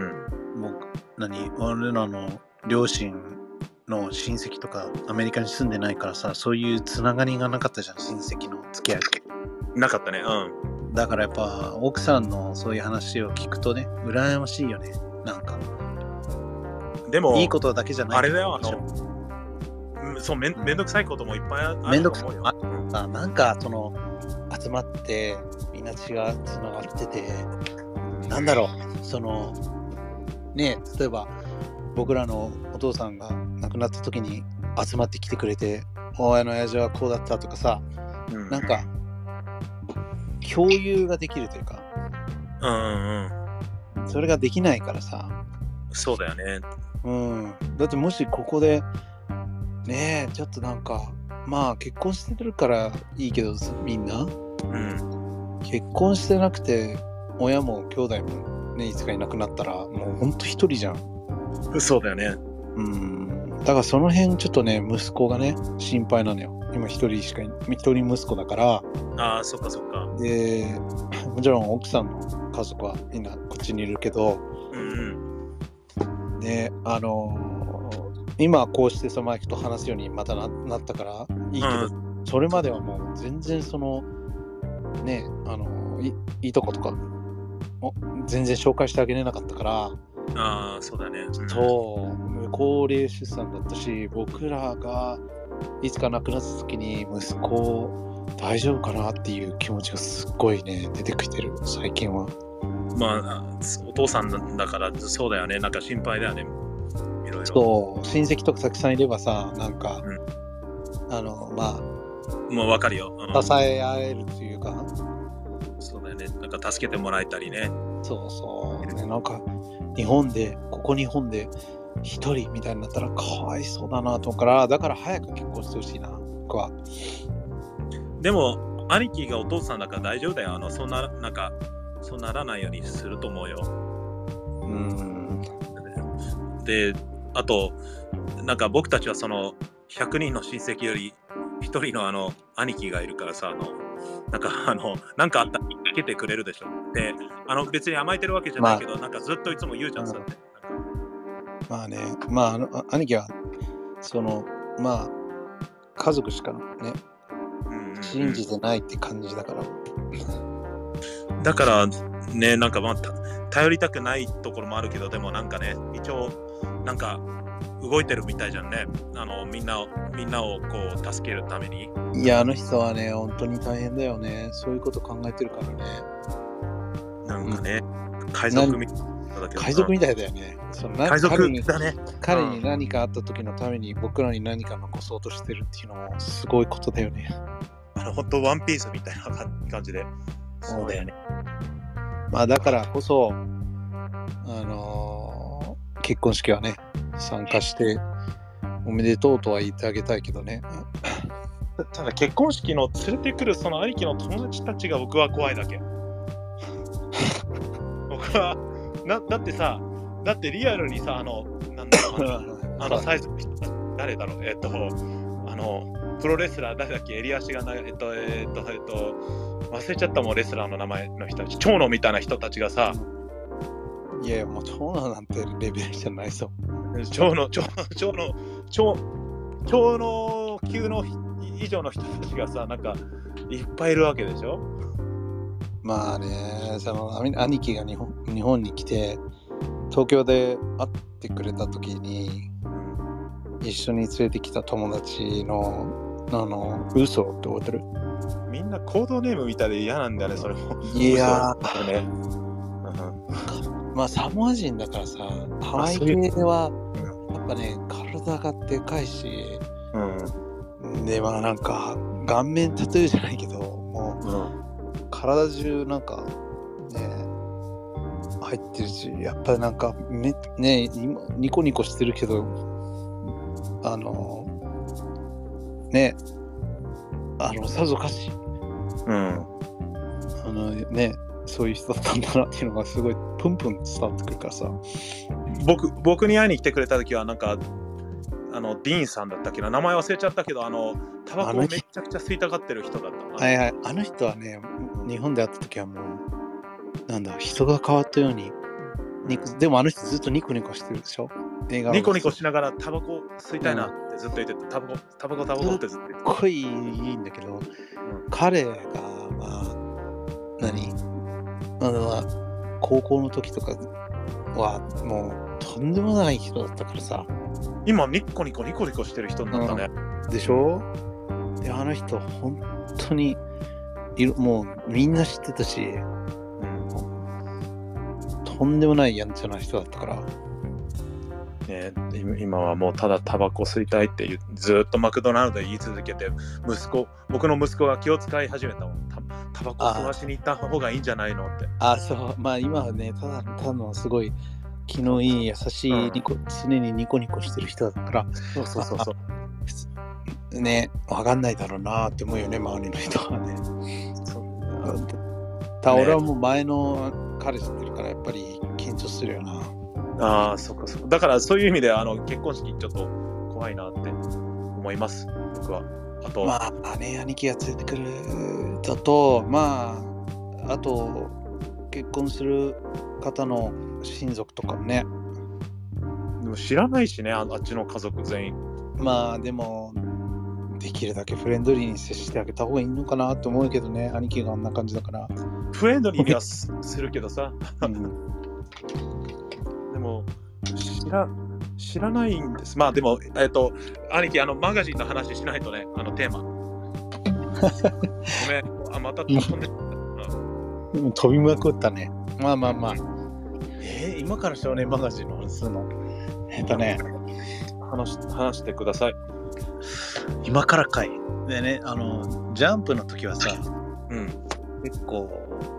もう何俺らの両親の親戚とかアメリカに住んでないからさ、そういうつながりがなかったじゃん、親戚の付き合い。 なかったね。うん。 だからやっぱ奥さんのそういう話を聞くとね、羨ましいよね。なんかでもいいことだけじゃない。 あれだよ、あのうんそうめん、めんどくさいこともいっぱいあると思うよ。 めんどくさい。あ、なんかその集まってみんな血がつながってて、なんだろう、そのね、例えば僕らのお父さんが亡くなった時に集まってきてくれて、親の親父はこうだったとかさ、 うん、 なんか共有ができるというか、 うんうんうん、 それができないからさ。 そうだよね。 うん。だってもしここでねえ、ちょっとなんかまあ結婚してるからいいけどみんな、 うん、 結婚してなくて親も兄弟もねいつかいなくなったらもうほんと一人じゃん。 そうだよね。 うん。だからその辺ちょっとね息子がね心配なのよ。今一人しかい一人息子だから。 ああ、そっかそっか。 でもちろん奥さんの家族はみんなこっちにいるけど、 うんうん、であのー、今こうしてそのマイクと話すようにまた な, なったからいいけど、うん、それまではもう全然そのねあの い, いいとことか全然紹介してあげれなかったから。 ああ、そうだね。うん、 そう高齢出産だったし、僕らがいつか亡くなった時に息子大丈夫かなっていう気持ちがすっごいね出てきてる最近は。 まあお父さんだからそうだよね。なんか心配だよね。いろいろ。 そう親戚とかたくさんいればさ、なんか、うん、あのまあもう分かるよ、 うん、支え合えるというか。 そうだよね。なんか助けてもらえたりね。 そうそうね、なんか日本でここ日本で一人みたいになったらかわいそうだなと思うから、だから早く結婚してほしいな僕は。 でも兄貴がお父さんだから大丈夫だよ。あのそんななんかそうならないようにすると思うよ。 うーん。 で、あとなんか僕たちはそのひゃくにんの親戚よりひとりのあの兄貴がいるからさ、あのなんかあのなんかあったら聞けてくれるでしょ。で、あの別に甘えてるわけじゃないけど、まあ、なんかずっといつも言うじゃん、そうやって。 まあね、まああの兄貴はそのまあ家族しかね、うんうん、信じてないって感じだから。 だからね、なんかまあ頼りたくないところもあるけど、でもなんかね、一応なんか動いてるみたいじゃんね。あのみんなをみんなをこう助けるために。 いや、あの人はね本当に大変だよね。そういうこと考えてるからね。 なんかね、うん、海賊みたいな。 海賊みたいだよね。その海賊だね。 彼に何かあった時のために僕らに何か残そうとしてるっていうのもすごいことだよね。 あの本当ワンピースみたいな感じで。 そうだよね。まあだからこそあのー、結婚式はね参加しておめでとうとは言ってあげたいけどね。 ただ結婚式の連れてくるその兄貴の友達たちが僕は怖いだけ。僕はなだってさ、だってリアルにさ、あのなんだろうあのサイズ誰だろうえっとあのプロレスラー誰だっけ、襟足がなえっとえっとえっと忘れちゃったもん、レスラーの名前の人たち、長野みたいな人たちがさ、 いやもう長野なんてレベルじゃないぞ。 超の超超の超超の級の以上の人たちがさ、なんかいっぱいいるわけでしょ。 まあね、その兄貴が日本、日本に来て東京で会ってくれた時に一緒に連れてきた友達のあの嘘って覚えてる？ みんなコードネームみたいで嫌なんだよね、それも。 いやー、ね、 うん、まあサモア人だからさ、ハワイ系はやっぱね、体がでかいし、うん、でまあなんか顔面タトゥーじゃないけど、もう、うん、体中なんかね入ってるし、やっぱりなんかめね今ニコニコしてるけど、あのねあのさぞかし、うん、あのねそういう人だったんだなっていうのがすごいプンプン伝わってくるからさ。 僕僕に会いに来てくれた時はなんかあのディーンさんだったっけな、名前忘れちゃったけど、あのタバコをめちゃくちゃ吸いたがってる人だった。 はいはい、あの人はね、日本で会った時はもうなんだ人が変わったように、でもあの人ずっとニコニコしてるでしょ。 ニコニコしながらタバコ吸いたいなってずっと言ってた。タバコタバコタバコってずっと言ってた。 すっごいいいんだけど、うん、彼がまあ何あの高校の時とかはもうとんでもない人だったからさ。 今ニコニコニコニコしてる人になったね、 うん、でしょ。であの人本当にもうみんな知ってたし、うん、とんでもないやんちゃな人だったから、 ね、今はもうただタバコ吸いたいってずっとマクドナルドで言い続けて、息子僕の息子が気を使い始めたもん。タバコ吸わしに行った方がいいんじゃないのって。 ああそうまあ今はねただただのすごい気のいい優しいニコ、うん、常にニコニコしてる人だから、 そうそうそうそうね、分かんないだろうなって思うよね、周りの人はね。そうた俺はもう前の彼知ってるからやっぱり緊張するよな。 ああそっかそっか。だからそういう意味であの結婚式ちょっと怖いなって思います僕は。あとまあね、兄貴が連れてくるだと、まああと結婚する方の親族とかね。 でも知らないしね、 あ, あっちの家族全員。 まあでもできるだけフレンドリーに接してあげた方がいいのかなと思うけどね、兄貴があんな感じだから。 フレンドリーにはするけどさ、うん、でも知ら知らないんです。まあでもえっと兄貴あのマガジンの話しないとね、あのテーマ。ごめん、あまた飛んで、 うん、飛びまくったね。まあまあまあ。えー、今から少年マガジンの話するの？えっとね、 話し、話してください。 今からかい。でね、あの、ジャンプの時はさ、 うん、 結構、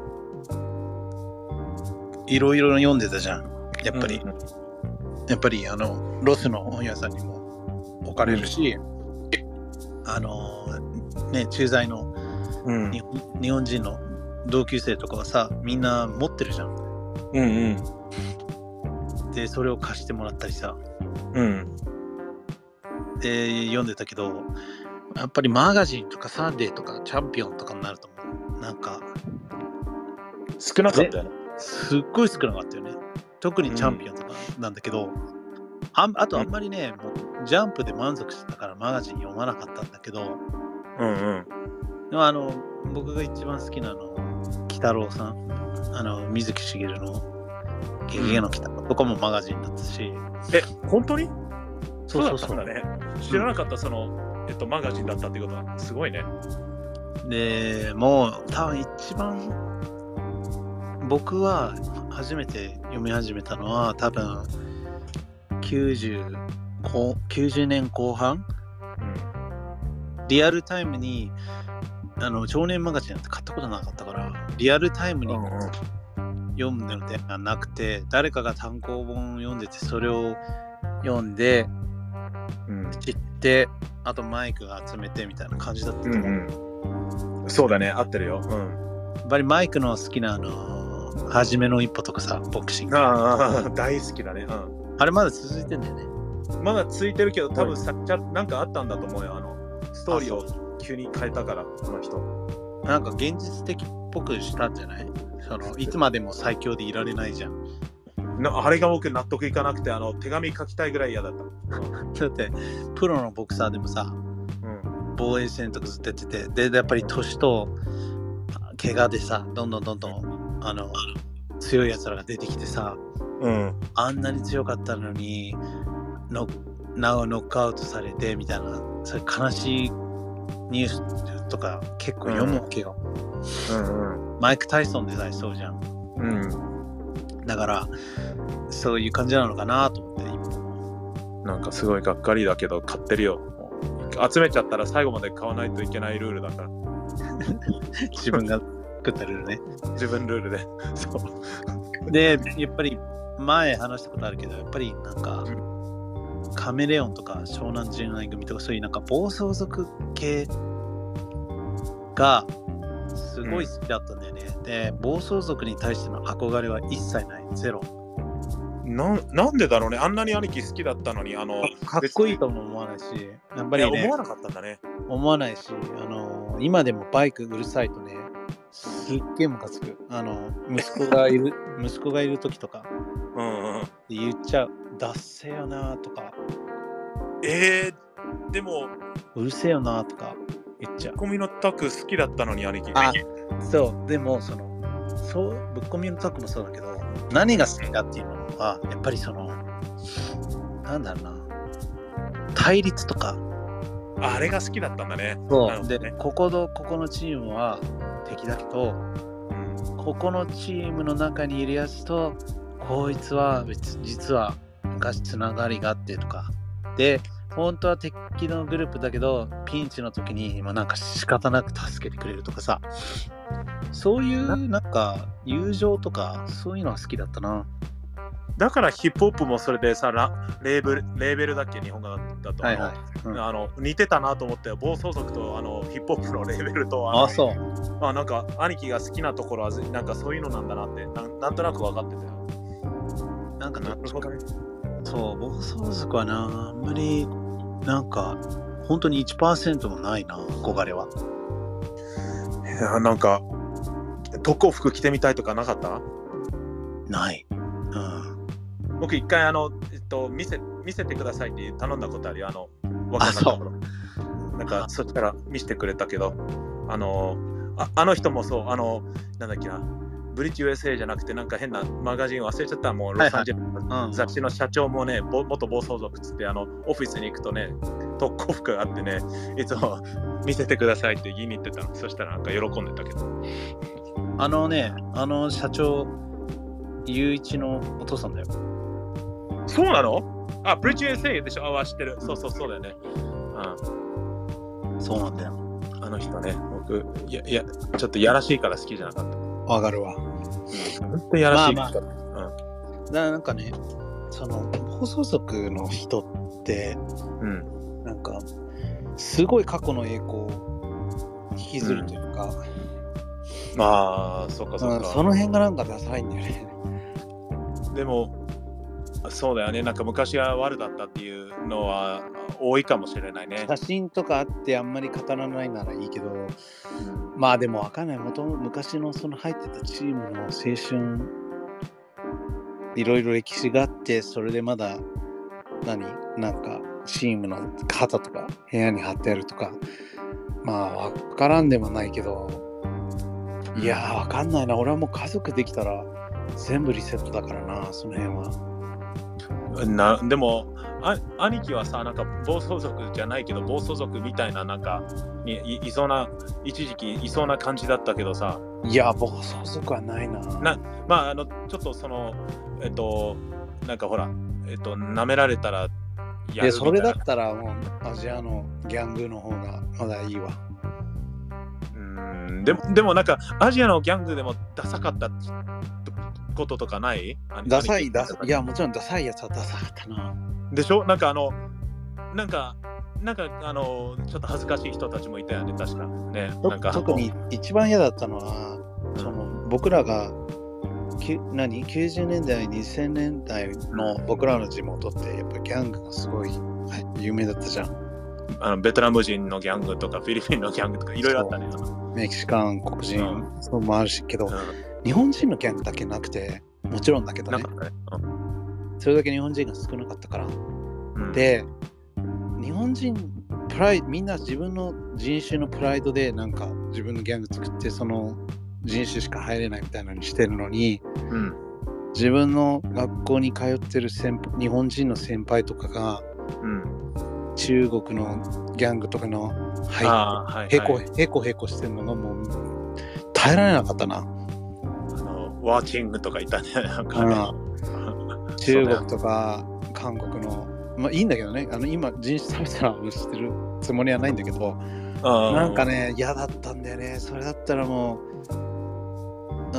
いろいろ読んでたじゃん。やっぱり、うん、やっぱり、あの、ロスの本屋さんにも置かれるし、うん、あの、ね、駐在の、うん、日本、日本人の同級生とかはさ、みんな持ってるじゃん。 うんうん。 でそれを貸してもらったりさ、 うん、 で読んでたけど、やっぱりマガジンとかサンデーとかチャンピオンとかになるとなんか少なかったよね。 すっごい少なかったよね。特にチャンピオンとかなんだけど、うん、あ, あとあんまりね、うん、もうジャンプで満足してたからマガジン読まなかったんだけど、 うんうん、 でもあの僕が一番好きなの鬼太郎さん、あの水木しげるのゲゲゲの鬼太郎とかもマガジンだったし。 え、本当に？ そうそうそう。 そうだったんだね。知らなかった、その、えっと、マガジンだったっていうことは、すごいね。 で、もう、多分一番、僕は初めて読み始めたのは、多分、きゅうじゅう、きゅうじゅうねんこう半、うん、リアルタイムに、あの、少年マガジンなんて買ったことなかったから、リアルタイムに、うんうん読むのではなくて、誰かが単行本を読んでてそれを読んで、うん、知ってあとマイクが集めてみたいな感じだったと思う、 うんうん、そうだね、合ってるよ、うん、 やっぱりマイクの好きなあのー、初めの一歩とかさ、ボクシング、 ああ大好きだね、うん、 あれまだ続いてんだよね。 まだ続いてるけど多分さっちゃなんかあったんだと思うよ。あのストーリーを急に変えたからこの人なんか現実的っぽくしたんじゃない？そのいつまでも最強でいられないじゃん。 うなあれが僕納得いかなくて、あの手紙書きたいぐらい嫌だった。 だってプロのボクサーでもさ、うん、防衛戦とかずっとやってて、でやっぱり年と怪我でさ、どんどんどんどんあの強いやつらが出てきてさ、うん、あんなに強かったのにのなおノックアウトされてみたいな、それ悲しいニュースとか結構読むわけよ、うんうん、マイク・タイソンでさえそうじゃん、うん、だからそういう感じなのかなと思って。 なんかすごいがっかりだけど買ってるよ。集めちゃったら最後まで買わないといけないルールだから自分が作ったルールね。 自分ルールでそうで、やっぱり前話したことあるけど、やっぱりなんか、うん、カメレオンとか湘南純愛組とかそういうなんか暴走族系がすごい好きだったんだよね、うん、で暴走族に対しての憧れは一切ない、ゼロ。 な, なんでだろうね、あんなに兄貴好きだったのに、あのかっこいいとも思わないし、やっぱりね、 思わなかったんだね。 思わないし、あの今でもバイクうるさいとね、すっげえムカつく。あの息子がいる息子がいる時とか、うんうん、言っちゃう、ダッセーよなとか、 えー、でもうるせえよなとか言っちゃう。 ぶっ込みのタク好きだったのに兄貴。 あ、そう、でもそのそうぶっ込みのタクもそうだけど、何が好きかっていうのはやっぱりそのなんだろうな、対立とか、 あ, あれが好きだったんだね。 そうで、ね、ここのここのチームは敵だけど、うん、ここのチームの中にいるやつとこいつは別実は昔つながりがあってとかで、本当は敵のグループだけどピンチの時にまあなんか仕方なく助けてくれるとかさ、そういうなんか友情とかそういうのは好きだったな。 だからヒップホップもそれでさ、レーベルレーベルだっけ、日本語だと、はいはい、うん、あの似てたなと思って、暴走族とあのヒップホップのレーベルと、 ああそう、 まあ、なんか兄貴が好きなところはなんかそういうのなんだなって な, なんとなく分かってたよ。 なんかなるほどね。そう、暴走族はな、あんまりなんか本当に いちパーセント もないな、憧れは。 いや、なんか特攻服着てみたいとかなかった？ ない。うん。 僕一回あの、えっと、見せ見せてくださいって頼んだことあるよ。あの分かんないところ。なんかそっちから見せてくれたけど、あの あ, あの人もそう、あのなんだっけな、ブリッジ ユーエスエー じゃなくてなんか変なマガジン忘れちゃった。もうロサンゼルスの雑誌の社長もね、元暴走族っつって、あのオフィスに行くとね、特攻服があってね、いつも見せてくださいって言いに行ってたの。そしたらなんか喜んでたけど。 あのね、あの社長、ゆういちのお父さんだよ。 そうなの？あ、ブリッジ ユーエスエー でしょ。あ、知ってる。そうそうそうだよね。 うん。そうなんだよ。 あの人ね、僕、いや、いや、ちょっとやらしいから好きじゃなかった。 わかるわ。 本当にやらしいから。まあまあ、 うん。だなんかね、その暴走族の人って、うん、なんかすごい過去の栄光を引きずるというか、 うん、ああ、そっかそっか、 その辺がなんかダサいんだよね。 でもそうだよね、なんか昔は悪だったっていうのは多いかもしれないね。 写真とかあってあんまり語らないならいいけど、うん、まあでも分かんない。元々昔のその入ってたチームの青春、いろいろ歴史があって、それでまだ何なんかチームの旗とか部屋に貼ってあるとか、まあ分からんでもないけど、いやー分かんないな。俺はもう家族できたら全部リセットだからな、その辺は。 なでもあ兄貴はさ、なんか暴走族じゃないけど暴走族みたいななんかに い, いそうな一時期いそうな感じだったけどさ。 いや暴走族はないな。 なまああのちょっとそのえっとなんかほらえっと舐められたらやるみたいな。 それだったらもうアジアのギャングの方がまだいいわ。 うーんでもでもなんかアジアのギャングでもダサかったこととかない？ ダサいダサい、いやもちろんダサいやつはダサかったな。 でしょ？なんかあのなんかなんかあのちょっと恥ずかしい人たちもいたよね、確かね。なんか特に一番嫌だったのは、うん、その僕らがき何きゅうじゅうねんだいにせんねんだいの僕らの地元ってやっぱギャングがすごい有名だったじゃん。 あのベトナム人のギャングとかフィリピンのギャングとかいろいろあったね。 メキシカン黒人、うん、そうもあるしけど、うん、 日本人のギャングだけなくて、もちろんだけどね。 なかったね。 それだけ日本人が少なかったから。 うん、 で、日本人、プライみんな自分の人種のプライドでなんか自分のギャング作ってその人種しか入れないみたいなのにしてるのに、 うん、 自分の学校に通ってる先日本人の先輩とかが、 うん、 中国のギャングとかの入って、 はいはい、 へこへこへこしてるのがもう耐えられなかったな。あのワーチングとかいたね。なんかね中国とか韓国の、まあいいんだけどね、あの今人種差別はしてるつもりはないんだけど、なんかね嫌だったんだよね。それだったらもう、うん、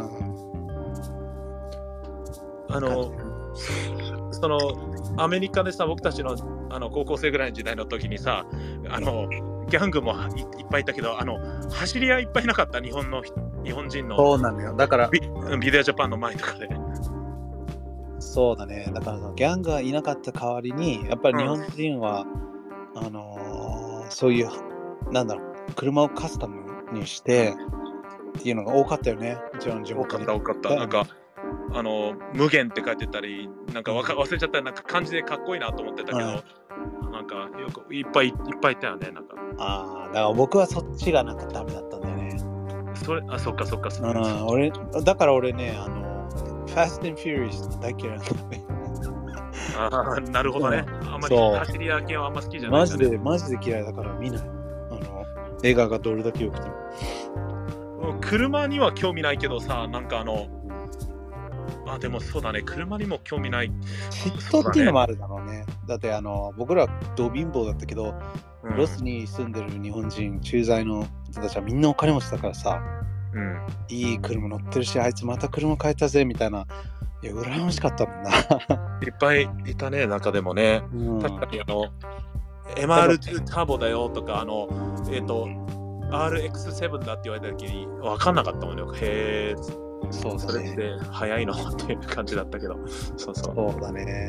あのそのアメリカでさ、僕たちのあの高校生ぐらいの時代の時にさ、あのギャングも い, いっぱいいたけど、あの走り屋いっぱいなかった、日本の日本人の。 そうなのよ。だからビビデオジャパンの前とかで。 そうだね。だからそのギャングがいなかった代わりに、やっぱり日本人は、うん、あのー、そういうなんだろう、車をカスタムにしてっていうのが多かったよね。一番地元に。 多かった多かった。なんかあの無限って書いてたり、なんかわか忘れちゃった、なんか漢字でかっこいいなと思ってたけど、うん、なんかよくいっぱいいっぱいいたよね。なんかああ、だから僕はそっちがなんかダメだったんだよね。 それあそっかそっかそっか、 うん、俺だから俺ね、あのファスト&フューリー大嫌いなんだよね。 ああ、なるほどね。うん、あんまり走り屋系はあんま好きじゃない、 ね、マジでマジで嫌いだから見ない。あの映画がどれだけ良くても。 車には興味ないけどさ、なんかあのあ、でもそうだね、車にも興味ない。 嫉妬っていうのもあるだろうね。だってあの僕らド貧乏だったけど、うん、ロスに住んでる日本人、駐在の人たちはみんなお金持ちだからさ、うん、いい車乗ってるし、あいつまた車買えたぜみたいな。いや、羨ましかったもんな。 いっぱいいたね、中でもね。うん、確かにあの エムアールツー ターボだよとか、あのえっ、ー、と アールエックスセブン だって言われた時に分かんなかったもんね。へえ。そう、それって早いのっていう感じだったけど、そうそう。 そうだね。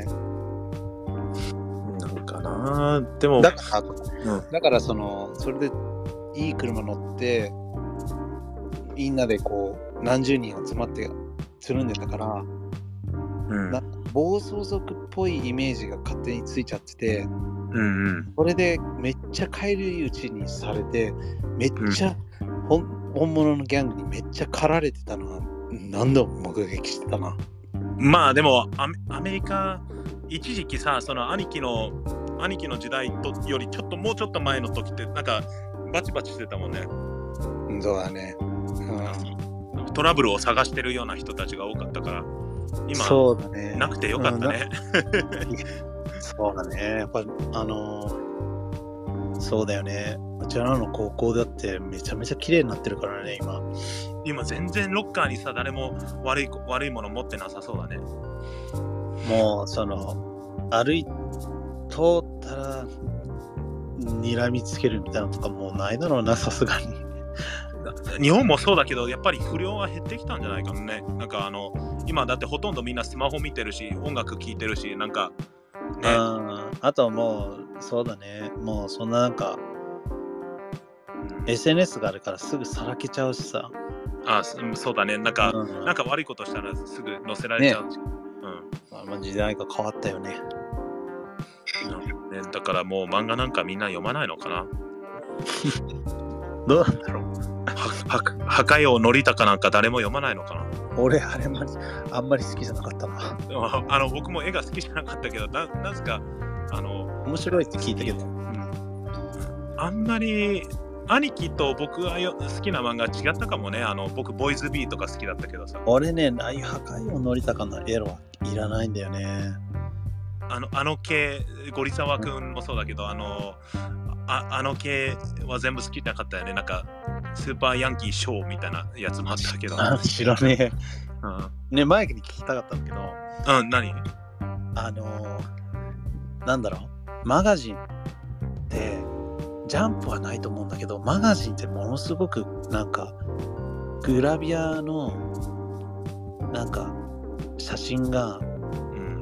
なんかな、でもだから、うん、だからそのそれでいい車乗ってみんなでこう何十人集まってつるんでたから、うん、な暴走族っぽいイメージが勝手についちゃってて、うんうん、それでめっちゃ返り討ちにされて、めっちゃ、うん、本, 本物のギャングにめっちゃ狩られてたのは何度も目撃してたな。 まあでも ア, アメリカ一時期さ、その兄貴の兄貴の時代とよりちょっともうちょっと前の時ってなんかバチバチしてたもんね。 そうだね、 うん、トラブルを探してるような人たちが多かったから、今そうだね、 なくてよかったね。 うん、そうだね、やっぱあのー、そうだよね。うちらの高校だってめちゃめちゃ綺麗になってるからね、今。 今全然ロッカーにさ、誰も悪い悪いもの持ってなさそうだね。 もうその歩い通ったら睨みつけるみたいなのとかもうないだろうな、さすがに。 日本もそうだけど、やっぱり不良は減ってきたんじゃないかもね。なんかあの今だってほとんどみんなスマホ見てるし、音楽聴いてるし、なんかね。あ, あとはもうそうだね、もうそんななんか、うん、エスエヌエス があるからすぐさらけちゃうしさ。 ああ、そうだね、なんか、うん、なんか悪いことしたらすぐ載せられちゃうし、ね、 うん、まあ、時代が変わったよね。 ね、だからもう漫画なんかみんな読まないのかな。 どうなんだろう。 は破壊王のりたかなんか誰も読まないのかな。 俺あれあんまりあんまり好きじゃなかったな。 あの僕も絵が好きじゃなかったけど、な, なぜかあの面白いって聞いたけど、うん、 あんまり兄貴と僕がよ好きな漫画違ったかもね。あの僕ボーイズビーとか好きだったけどさ。 俺ね、ああいう破壊王のりたかのエロはいらないんだよね。 あのあの系、ゴリザワくんもそうだけど、うん、あのああの系は全部好きじゃなかったよね。なんかスーパーヤンキーショーみたいなやつもあったけど。 知らねえ。うん、ね、マイクに聞きたかったんだけど。 うん、何？ あのー、なんだろう、マガジンってジャンプはないと思うんだけど、マガジンってものすごくなんかグラビアのなんか写真が、うん、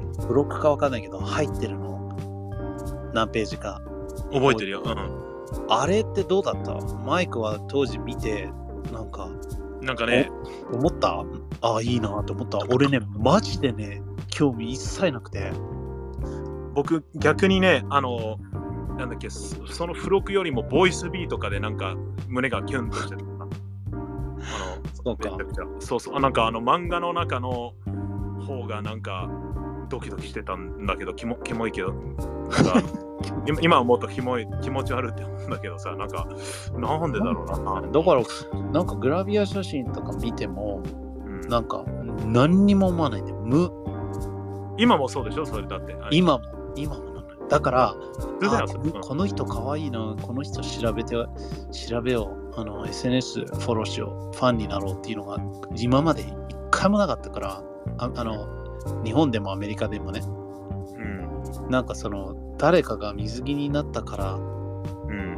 ブロックかわかんないけど入ってるの、何ページか覚えてるよ。うん、 あれってどうだった？マイクは当時見てなんかなんかね、 思ったああ、いいなと思った。俺ね、マジでね、興味一切なくて。 僕、逆にね、あの、なんだっけ、そその付録よりもボイスビーとかでなんか胸がキュンとしてた。あの、 そうか。 そうそう、なんかあの漫画の中の方がなんかドキドキしてたんだけど、キモキモいけど、なんか今今思うとキモい気持ち悪いって思うんだけどさ、なんかなんでだろうな。 だからなんかグラビア写真とか見ても、うん、なんか何にも思わないんだよ。無。 今もそうでしょ、それだって。 今も今もなの。だからあこの人かわいいな、この人調べて調べよう、あの エスエヌエス フォローしよう、ファンになろうっていうのが今まで一回もなかったから、あ, あの日本でもアメリカでもね、うん、なんかその誰かが水着になったから、うん、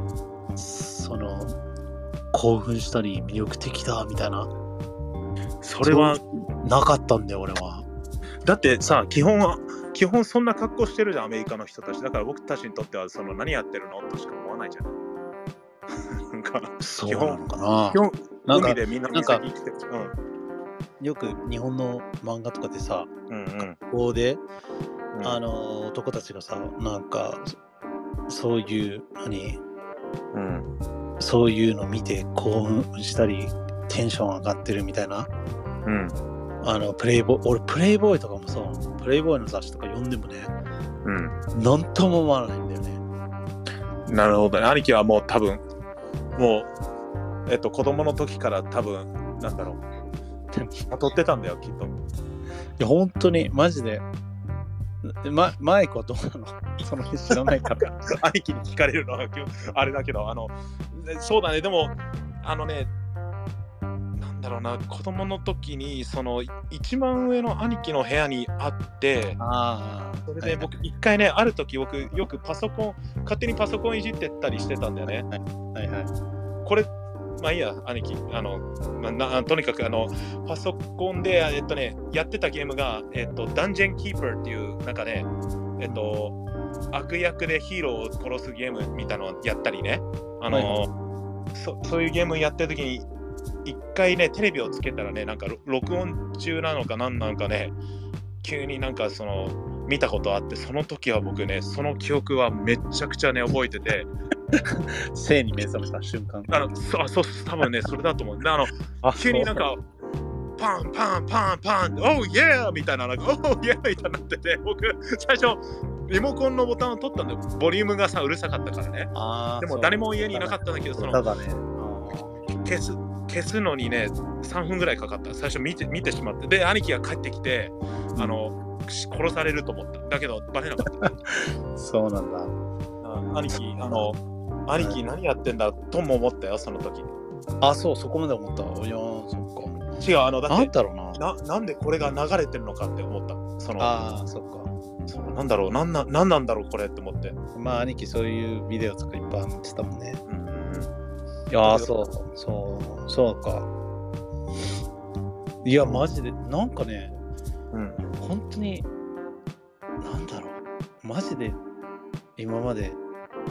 その興奮したり魅力的だみたいな、 それはなかったんだよ俺は。 だってさ、基本は基本そんな格好してるじゃん、アメリカの人たち。だから僕たちにとってはその何やってるのとしか思わないじゃん。なんかそうなのかな。 基本なんか海でみんな水着着てる。 うん、よく日本の漫画とかでさ、 うんうん、 学校で、うん、あの男たちがさ、なんかそういう何、うん、そういうの見て興奮したりテンション上がってるみたいな、うん、あのプレイボーイ、俺プレイボーイとかもさ、プレイボーイの雑誌とか読んでもね、うん、なんとも思わないんだよね。 なるほどね。兄貴はもう多分もうえっと子供の時から多分なんだろう。撮ってたんだよきっと。いや本当にマジで。ま、マイクはどうなの？その辺知らないから兄貴に聞かれるのはあれだけど、あのそうだね。でもあのね、なんだろうな、子供の時にその一番上の兄貴の部屋にあって、あそれで僕一回ね、ある時僕よくパソコン勝手にパソコンいじってったりしてたんだよね。はいはいはい。これまあいいや、兄貴、あの、まあ、なとにかくあのパソコンでえっとねやってたゲームがえっとダンジョンキーパーっていうなんかねえっと悪役でヒーローを殺すゲームみたいなのをやったりね、あの、はいはい、そそういうゲームやってる時に一回ねテレビをつけたらね、なんか録音中なのかなんなのかね、急になんかその見たことあって、その時は僕ねその記憶はめちゃくちゃね覚えてて。 性に目覚めた瞬間。 あのそそう多分ねそれだと思う。あのあ急になんかパンパンパンパン、オーイエーみたいな、なんかオーイエーみたいになってて、僕最初リモコンのボタンを取ったんだよ。ボリュームがさうるさかったからね。あでも誰も家にいなかったんだけど、そのただね、 消す消すのにねさんぷんぐらいかかった。最初見て見てしまって、で兄貴が帰ってきて、あの殺されると思った。だけどバレなかった。 そうなんだ。 あ兄貴あの。兄貴何やってんだとも思ったよその時。 あ、そうそこまで思った。いやそっか。 違う、あのだってなんだろうな。 ななんでこれが流れてるのかって思った。そのあそっか。 そのなんだろうなんななんなんだろうこれって思って。 まあ兄貴そういうビデオとかいっぱい見てたもんね。うん。いやそうそうそうか。いやマジでなんかね、うん、本当になんだろうマジで今まで。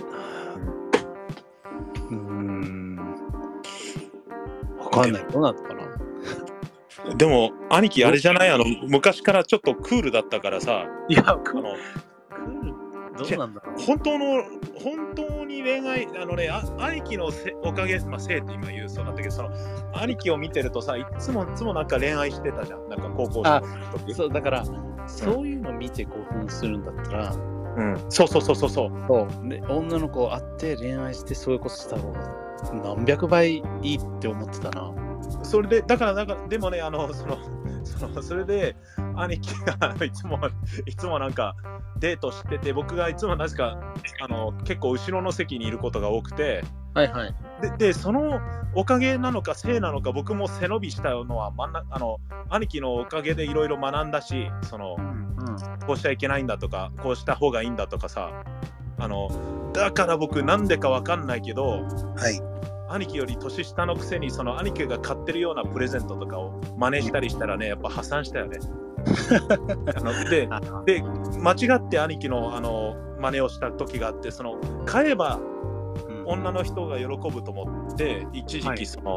うーん分かんない。どうなったかな。 でも兄貴あれじゃない、あの昔からちょっとクールだったからさ。 いやクールどうなんだろう。 本当の本当に恋愛あのねあ兄貴のせおかげ、まあせいって今言うそうなんだけど、その兄貴を見てるとさいつもいつもなんか恋愛してたじゃん、なんか高校生の時。 そうだから、うん、そういうの見て興奮するんだったら。 うん、そうそうそうそうそうそうで女の子会って恋愛してそういうことした方が何百倍いいって思ってたな。 それでだからだからでもねあのそのそのそれで兄貴がいつもいつもなんかデートしてて、僕がいつもなぜかあの結構後ろの席にいることが多くて、 はいはい。 で, でそのおかげなのかせいなのか、僕も背伸びしたのは真ん中あの兄貴のおかげでいろいろ学んだし、その、うんうん、こうしちゃいけないんだとかこうした方がいいんだとかさ、あのだから僕なんでかわかんないけど、はい、兄貴より年下のくせにその兄貴が買ってるようなプレゼントとかを真似したりしたらね、やっぱ破産したよね。あの で, で間違って兄貴のあの真似をした時があって、その買えば女の人が喜ぶと思って一時期その、はい、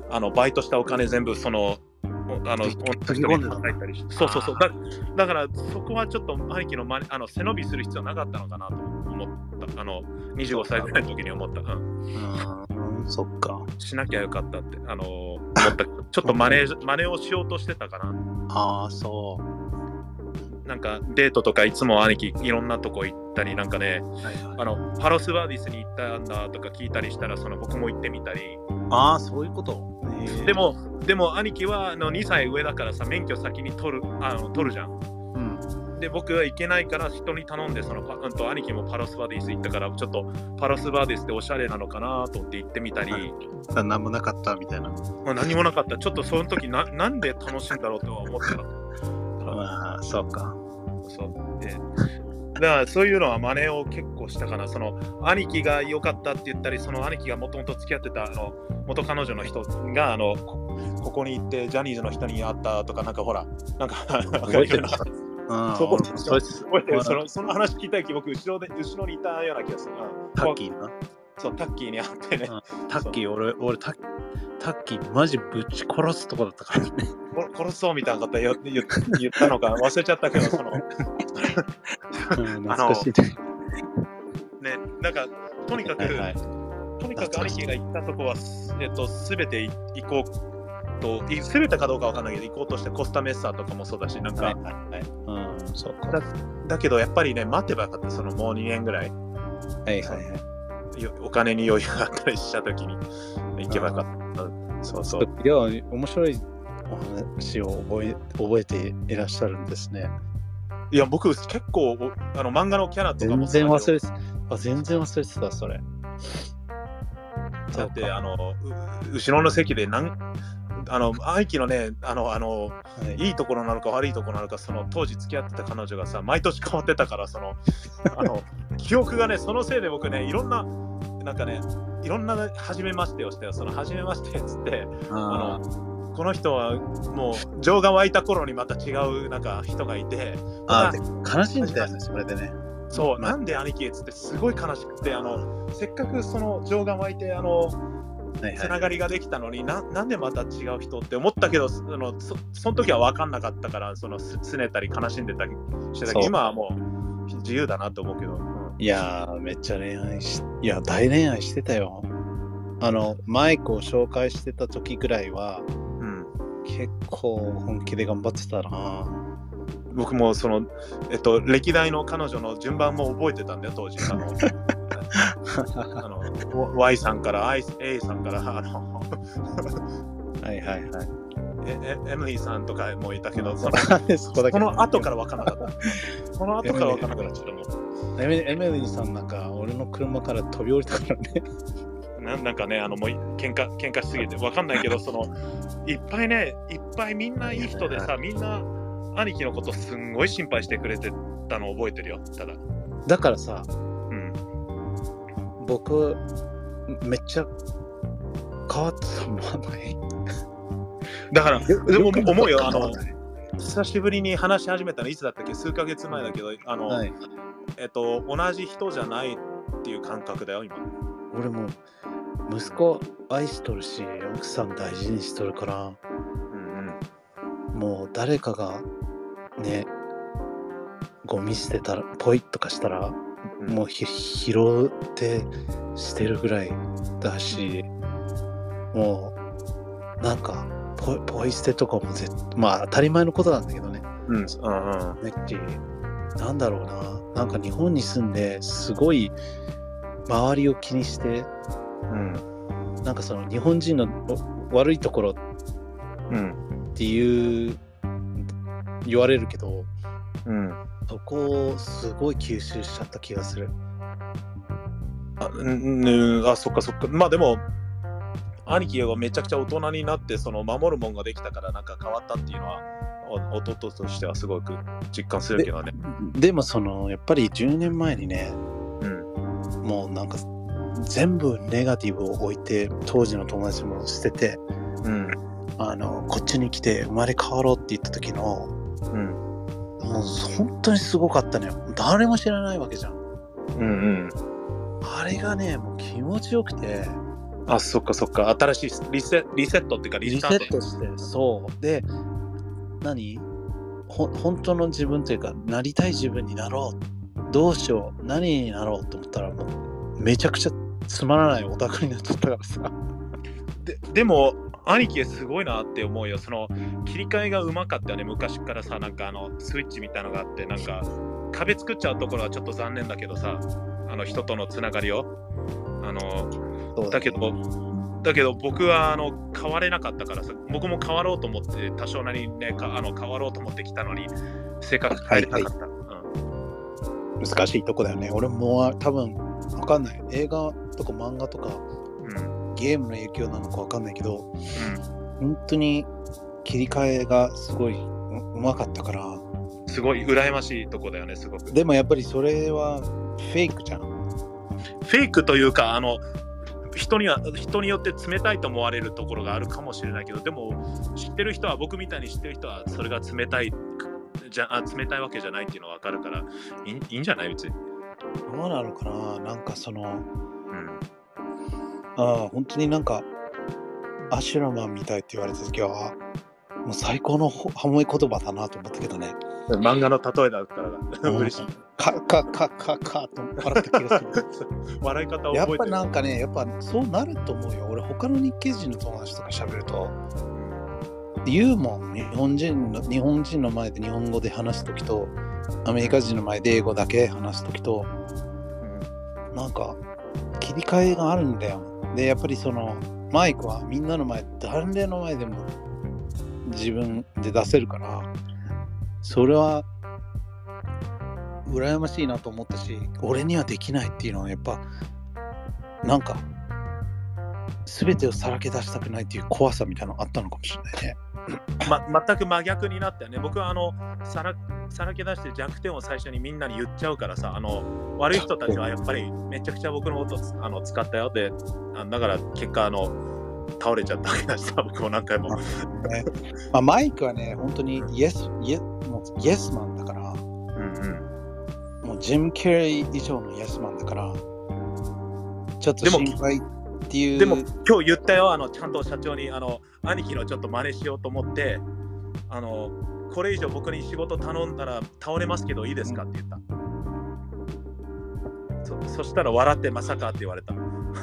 あのバイトしたお金全部そのあの人に入ったりして、そうそうそうだ。だからそこはちょっと兄貴のまあの背伸びする必要なかったのかなと思った。あのにじゅうごさいぐらいの時に思った。うん、 うん、そっか。 しなきゃよかったってあの思った。ちょっと真似真似をしようとしてたかな。 ああ、そう。 なんかデートとかいつも兄貴いろんなとこ行ったりなんかね、はいはい、あのパロスバーディスに行ったんだとか聞いたりしたらその僕も行ってみたり。 ああ、そういうこと。 でもでも兄貴はあのにさい上だからさ免許先に取るあの取るじゃん。うん、で僕は行けないから人に頼んでそのパと兄貴もパロスバーディス行ったからちょっとパロスバーディスっておしゃれなのかなと思って行ってみたり。 何もなかったみたいな。 まあ、何もなかった。ちょっとその時ななんで楽しいんだろうとは思ってた。 まあ、そうか。 そうでだからそういうのは真似を結構したかな。その兄貴が良かったって言ったり、その兄貴がもともと付き合ってたあの元彼女の人があの こ, ここに行ってジャニーズの人に会ったとかなんかほらなんか覚えてるな。 そこそのその話聞いた時僕後ろで後ろにいたような気がする。 タッキーな。 そうタッキーに会ってね。 タッキー俺俺タッタッキーマジぶち殺すとこだったからね。 殺そうみたいなこと言ったのか忘れちゃったけどその懐かしいね。 ね、なんかとにかく、はいはい、とにかく兄貴が行ったとこはえっとすべて行こうとすべてかどうかわかんないけど行こうとしてコスタメッサーとかもそうだしなんか、はいはいはい、うん、そうか だ, だけどやっぱりね待てばよかった。そのもうにねんぐらい、はいはいはい、お金に余裕があったりしたときに行けばよかった。そうそう。 いや面白いお話を覚え覚えていらっしゃるんですね。 いや僕結構あの漫画のキャラとかも全然忘れてあ全然忘れてたそれ。 だってあの後ろの席でなんあの兄貴のねあのあの、はい、いいところなのか悪いところなのかその当時付き合ってた彼女がさ毎年変わってたからそのあの記憶がねそのせいで僕ねいろんななんかねいろんな初めましてをしてその初めましてっつってあのこの人はもう情が湧いた頃にまた違うなんか人がいてああ悲しんでたよねそれでね。 そう、なんで兄貴っつってすごい悲しくてあのせっかくその情が湧いてあのつながりができたのに な, なんでまた違う人って思ったけど そ, の そ, その時は分かんなかったからそのすすねたり悲しんでたりしてたけど今はもう自由だなと思うけど、うん、 いやーめっちゃ恋愛しいや大恋愛してたよ。あのマイクを紹介してた時ぐらいは、うん、結構本気で頑張ってたな。 僕もその、えっと、歴代の彼女の順番も覚えてたんだよ当時。あのあの Y さんから A さんからあのはいはいはいえエムリーさんとかもいたけど、そのそこだけその後から分からなかった。その後から分からなかった。ちょっともうエミエミリーさんなんか俺の車から飛び降りたからね。 な, なんかねあのもう喧嘩喧嘩しすぎて分かんないけどそのいっぱいねいっぱいみんないい人でさみんな兄貴のことすんごい心配してくれてたのを覚えてるよ。ただだからさ、うん、僕めっちゃ変わったと思わない？ だからでも思うよあの久しぶりに話し始めたのいつだったっけ数ヶ月前だけどあの、はい、えっと同じ人じゃないっていう感覚だよ今。 俺も息子愛しとるし奥さん大事にしとるから、うんうん、もう誰かがねゴミ捨てたらポイッとかしたら、うん、もうひ拾って捨てるぐらいだしもうなんかポイ、ポイ捨てとかもぜまあ当たり前のことなんだけどね。うんうんうん。ねっちなんだろうななんか日本に住んですごい周りを気にして、うん、なんかその日本人の悪いところっていう、うん、言われるけど、うん、そこをすごい吸収しちゃった気がする。 あ、うん、あ、そっかそっか。まあでも兄貴がめちゃくちゃ大人になってその守るもんができたからなんか変わったっていうのは弟としてはすごく実感するけどね。 で, でもそのやっぱりじゅうねんまえにね、うん、もうなんか全部ネガティブを置いて当時の友達も捨てて、うん、あのこっちに来て生まれ変わろうって言った時の、うん、もう本当にすごかったのよ。誰も知らないわけじゃん。うんうん、あれがねもう気持ちよくて、 あ、そっかそっか。新しいリセリセットっていうかリリスタート。 セットして、そうで、何ほ本当の自分というか、なりたい自分になろう、どうしよう、何になろうと思ったら、もうめちゃくちゃつまらないオタクになっちゃったからさ。 ででも兄貴すごいなって思うよ。その切り替えがうまかったよね。昔からさ、なんかあのスイッチみたいなのがあって、なんか壁作っちゃうところはちょっと残念だけどさ、あの人とのつながりをあのそうだねだけどだけど僕はあの変われなかったからさ、僕も変わろうと思って多少なりねかあの変わろうと思ってきたのに性格変えれなかった、 はいはい、難しいとこだよね。俺も多分わかんない、映画とか漫画とか、うん、ゲームの影響なのかわかんないけど、うん、本当に切り替えがすごいうまかったから、 すごい羨ましいとこだよね。すごく。 でもやっぱりそれはフェイクじゃん。 フェイクというか、あの人には人によって冷たいと思われるところがあるかもしれないけど、でも知ってる人は、僕みたいに知ってる人はそれが冷たいじゃあ冷たいわけじゃないっていうのが分かるからいい、いいんじゃない？別に。 どうなのかな。なんかその、うん、あ本当になんかアシュラマンみたいって言われた時はもう最高のハモイ言葉だなと思ったけどね。 漫画の例えだから嬉しい。 カカカカカと笑った気がする。 笑い方を覚えてる。 やっぱなんかね、やっぱそうなると思うよ。俺他の日系人の友達とか喋ると、言うもん。日本人の日本人の前で日本語で話すときと、アメリカ人の前で英語だけ話すときと、うん、なんか切り替えがあるんだよ。でやっぱりそのマイクはみんなの前、誰の前でも自分で出せるから、それは羨ましいなと思ったし、俺にはできないっていうのはやっぱなんか全てをさらけ出したくないっていう怖さみたいなのあったのかもしれないね。 ま、全く真逆になったよね。僕はあのさら、さらけ出して弱点を最初にみんなに言っちゃうからさ、あの悪い人たちはやっぱりめちゃくちゃ僕のことあの使ったよで、だから結果あの倒れちゃったわけだしさ、僕も何回も、 ねまあ、マイクはね本当にイエスイエもうイエスマンだから、うんうん、もうジム・キャリー以上のイエスマンだからちょっと心配っていう。 でも今日言ったよ、あのちゃんと社長にあの兄貴のちょっと真似しようと思って、あのこれ以上僕に仕事頼んだら倒れますけどいいですかって言った、うん、そ, そしたら笑ってまさかって言われた。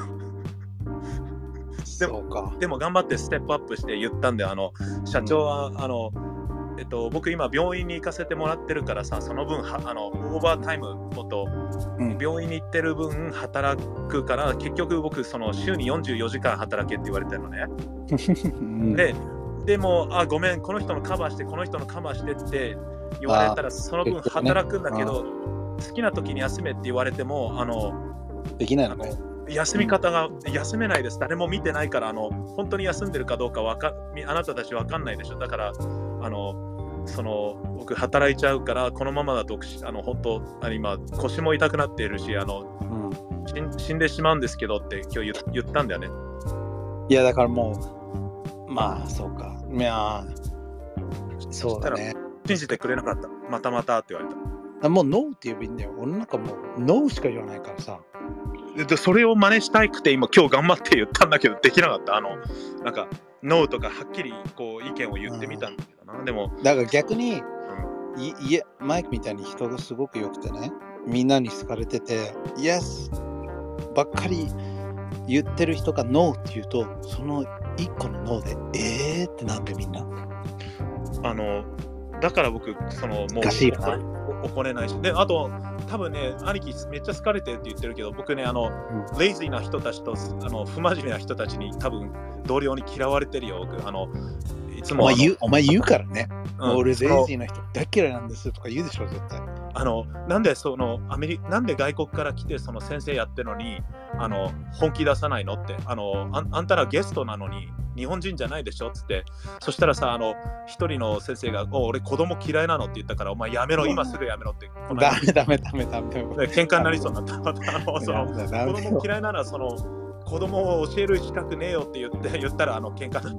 でも, でも頑張ってステップアップして言ったんで、あの社長は、うん、あのえっと、僕今病院に行かせてもらってるからさ、その分はあのオーバータイムもっと、うん、病院に行ってる分働くから、結局僕その週によんじゅうよじかん働けって言われてるのね。うん、ででもあごめん、この人のカバーしてこの人のカバーしてって言われたらその分働くんだけど、ね、好きな時に休めって言われてもあのできないのね。 休み方が休めないです。誰も見てないから、あの本当に休んでるかどうかわかあなたたち分かんないでしょ。だからあのその僕働いちゃうから、このままだとあの本当あの今腰も痛くなっているし、あの、うん、死んでしまうんですけどって今日 言, 言ったんだよね。 いやだからもうまあそうか、いやそうだね。 信じてくれなかった。またまたって言われた。もうノーって言えばいいんだよ。俺なんかもうノーしか言わないからさ。 でそれを真似したいくて今今日頑張って言ったんだけどできなかった。あのなんかノーとかはっきりこう意見を言ってみたんだけどな、うん、でもだから逆に、うん、いいえマイクみたいに人がすごく良くてね、みんなに好かれててイエスばっかり言ってる人がノーって言うと、その一個のノーでえーってなんでみんなあのだから僕そのもう怒れないし、であと多分ね兄貴めっちゃ好かれてるって言ってるけど、僕ねあの、うん、レイジーな人たちとあの不真面目な人たちに多分同僚に嫌われてるよ。僕あのいつもお前言う、お前言うからね、うん、俺レイジーな人大嫌いなんですとか言うでしょ絶対。 あのなんでそのアメリなんで外国から来てその先生やってるのにあの本気出さないのって、あの あ, あんたらゲストなのに日本人じゃないでしょっつって、そしたらさあの一人の先生がお俺子供嫌いなのって言ったから、お前やめろ今すぐやめろって。 ダメダメダメダメ。 喧嘩になりそうになった。あのその子供嫌いならその子供を教える資格ねえよって言って言ったらあの喧嘩だった。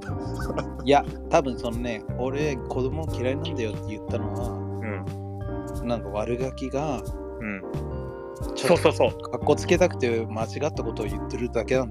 いや多分そのね、俺子供嫌いなんだよって言ったのは、うん、なんか悪ガキが、うん、 そうそうそう、 かっこつけたくて間違ったことを言ってるだけなんだよ。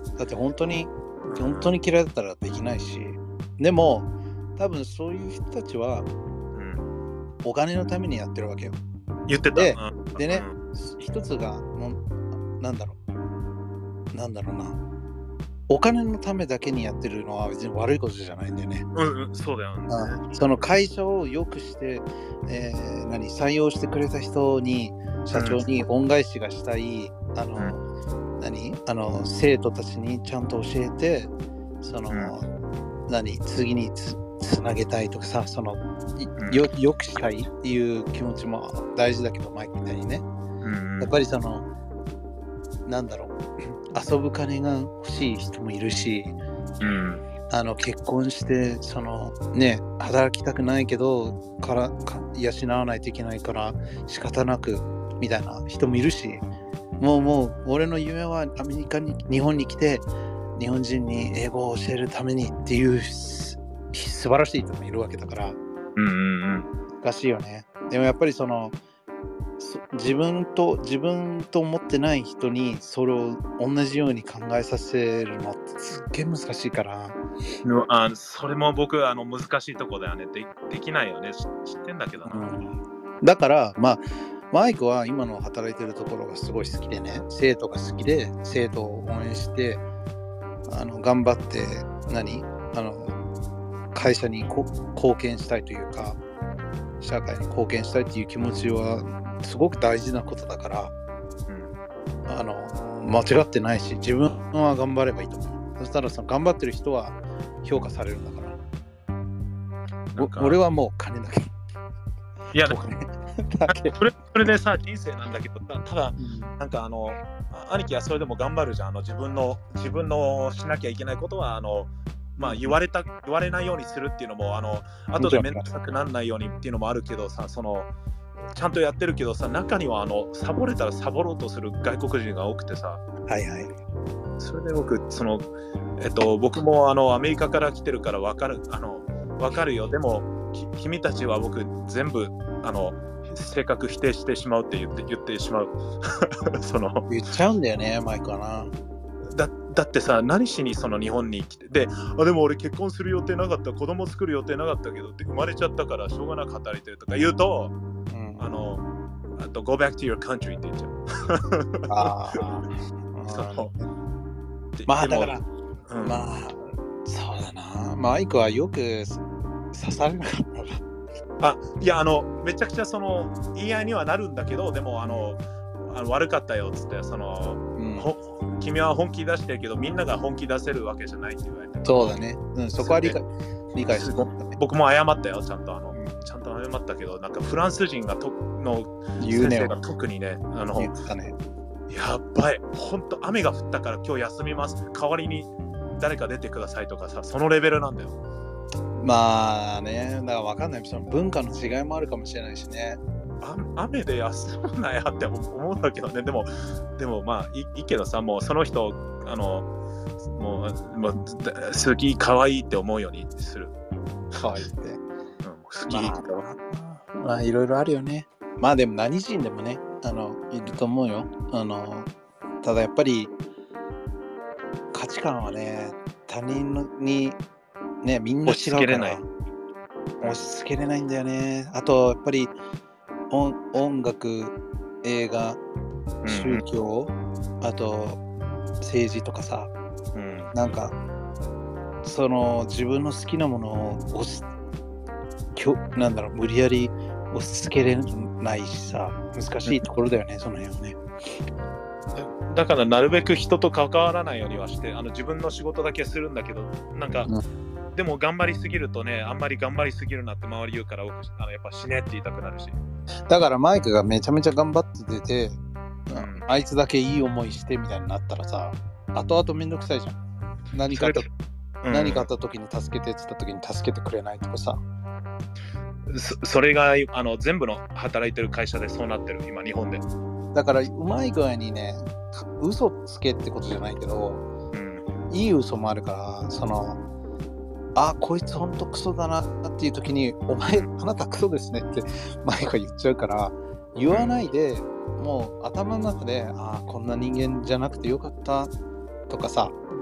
だって本当に本当に嫌いだったらできないし、でも多分そういう人たちはうんお金のためにやってるわけよ。 言ってた。 でうんでねうん一つがもうなんだろうなんだろうなお金のためだけにやってるのは別に悪いことじゃないんだよね。 うんうん、そうだよね。 うんその会社を良くして、えー何採用してくれた人に社長に恩返しがしたい、あの、何あの生徒たちにちゃんと教えてその、何次につつなげたいとかさそのいうんよ良くしたいっていう気持ちも大事だけどマイクみたいにねうんやっぱりそのなんだろう遊ぶ金が欲しい人もいるしうんあの結婚してそのね働きたくないけどからか養わないといけないから仕方なくみたいな人もいるしもうもう俺の夢はアメリカに日本に来て日本人に英語を教えるためにっていうす素晴らしい人もいるわけだからうんうん難しいよね。でもやっぱりそのそ自分と自分と思ってない人にそれを同じように考えさせるのってすっげえ難しいからうんあそれも僕あの難しいとこだよね。でできないよね。知知ってんだけどな。 うんだからまあマイクは今の働いてるところがすごい好きでね生徒が好きで生徒を応援してあの頑張って何あの会社にこ貢献したいというか社会に貢献したいっていう気持ちはすごく大事なことだからうんあの間違ってないし自分は頑張ればいいと思う。そしたらその頑張ってる人は評価されるんだからなんかお俺はもう金だけいやお金だけそれそれでさ人生なんだけどたただうんなんかあのあ兄貴はそれでも頑張るじゃん。あの自分の自分のしなきゃいけないことはあのまあ言われた言われないようにするっていうのもあの後で面倒くさくならないようにっていうのもあるけどさそのちゃんとやってるけどさ中にはあのサボれたらサボろうとする外国人が多くてさはいはいそれで僕そのえっと僕もあのアメリカから来てるから分かるあの分かるよ。でもき君たちは僕全部あの性格否定してしまうって言って言ってしまうその言っちゃうんだよねマイクはなだだってさ何しにその日本に来てであでも俺結婚する予定なかった子供作る予定なかったけどで生まれちゃったからしょうがなく働いてるとか言うとうんあのあと go back to your country って言っちゃうあそあのででもまあだからうんまあそうだなマイクはよく刺されなかったなあいやあのめちゃくちゃその言い合いにはなるんだけどでもあのあの悪かったよっつってその、 うんほ君は本気出してるけどみんなが本気出せるわけじゃないって言われてそうだね、うん、そこは理解理解してぼ僕も謝ったよちゃんとあの、 うんちゃんと謝ったけどなんかフランス人がとの言うね先生が特にねあの言ってたねやばい本当雨が降ったから今日休みます代わりに誰か出てくださいとかさそのレベルなんだよ。 まあねだから分かんないその文化の違いもあるかもしれないしねあ雨で休むなやって思うんだけどね。でもでもまあいいいいけどさもうその人あのもうもう好き可愛いって思うようにする。 かわいいってうん、好き、 まあまあいろいろあるよねまあでも何人でもねあのいると思うよあのただやっぱり価値観はね他人にねみんな違うから押し付けれない押し付けれないんだよね。あとやっぱり音音楽映画宗教、あと政治とかさうんなんかその自分の好きなものを押しきょなんだろう無理やり押し付けれないしさ難しいところだよねその辺はね。 だからなるべく人と関わらないようにはしてあの自分の仕事だけするんだけどなんか、 うんでも頑張りすぎるとねあんまり頑張りすぎるなって周り言うから僕あのやっぱ死ねって言いたくなるしだからマイクがめちゃめちゃ頑張っててて、 うんあいつだけいい思いしてみたいになったらさ後々めんどくさいじゃん。何かあった、 うん何かあった時に助けてって言った時に助けてくれないとかさそ, それがあの全部の働いてる会社でそうなってる今日本で、 だからうまい具合にね嘘つけってことじゃないけどうんいい嘘もあるからそのあこいつほんとクソだなっていう時にお前あなたクソですねってマイクが言っちゃうから言わないでもう頭の中であこんな人間じゃなくてよかったとかさ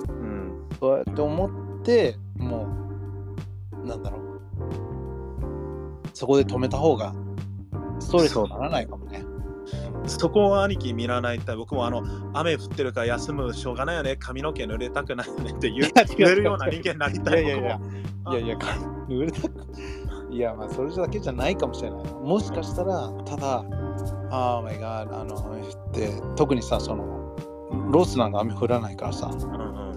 そうやって思ってもうなんだろうそこで止めた方がストレスにならないかもね。 そこを兄貴見らないと、僕もあの雨降ってるから休むしょうがないよね、髪の毛濡れたくないよねって言う言えるような人間になりたい。 いやいやいやいやいや濡れたくいやまあそれだけじゃないかもしれない。もしかしたらただあーマイガーあのって特にさそのロスなんか雨降らないからさ、うんうん、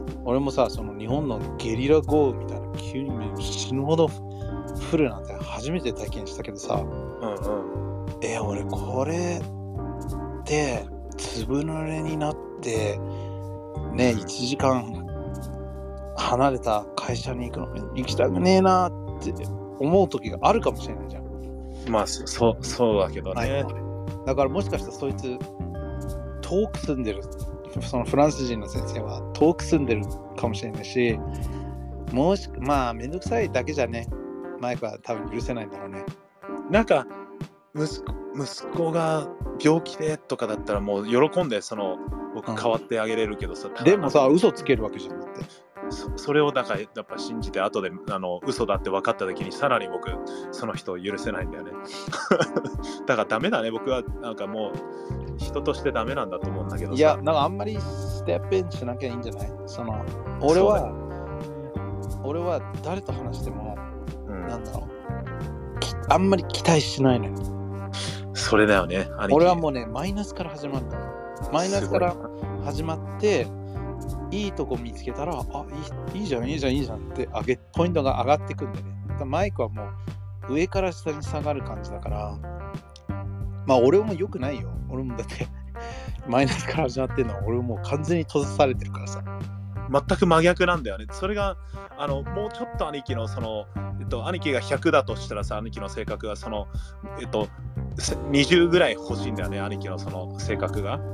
俺もさその日本のゲリラ豪雨みたいな急に死ぬほど降るなんて初めて体験したけどさ、うんうん、え俺これで粒濡れになってねいちじかん離れた会社に行くのに行きたくねえなって思う時があるかもしれないじゃん。 まあそそうだけどね。 だからもしかしたらそいつ遠く住んでるそのフランス人の先生は遠く住んでるかもしれないし、もしまあめんどくさいだけじゃねマイクは多分許せないんだろうね。 なんか息子息子が病気でとかだったらもう喜んでその僕代わってあげれるけどさ、 うん、でもさ嘘つけるわけじゃんだって。 そ, それをだからやっぱ信じて後であの嘘だって分かった時にさらに僕その人を許せないんだよね。だからダメだね、僕はなんかもう人としてダメなんだと思うんだけどさ。 いやなんかあんまりステップインしなきゃいいんじゃない。その俺は俺は誰と話しても、うん、なんだろうあんまり期待しないのよ。 それだよね。 俺はもうねマイナスから始まるんだよ。マイナスから始まっていいとこ見つけたらあいい、いいじゃんいいじゃんいいじゃんって上げポイントが上がってくんだよね。だマイクはもう上から下に下がる感じだからまあ俺も良くないよ。俺もだってマイナスから始まってるのは俺もう完全に閉ざされてるからさ。 全く真逆なんだよね。それがあのもうちょっと兄貴のその、えっと、兄貴がひゃくだとしたらさ兄貴の性格がその、えっと、にじゅうぐらい欲しいんだよね兄貴のその性格が。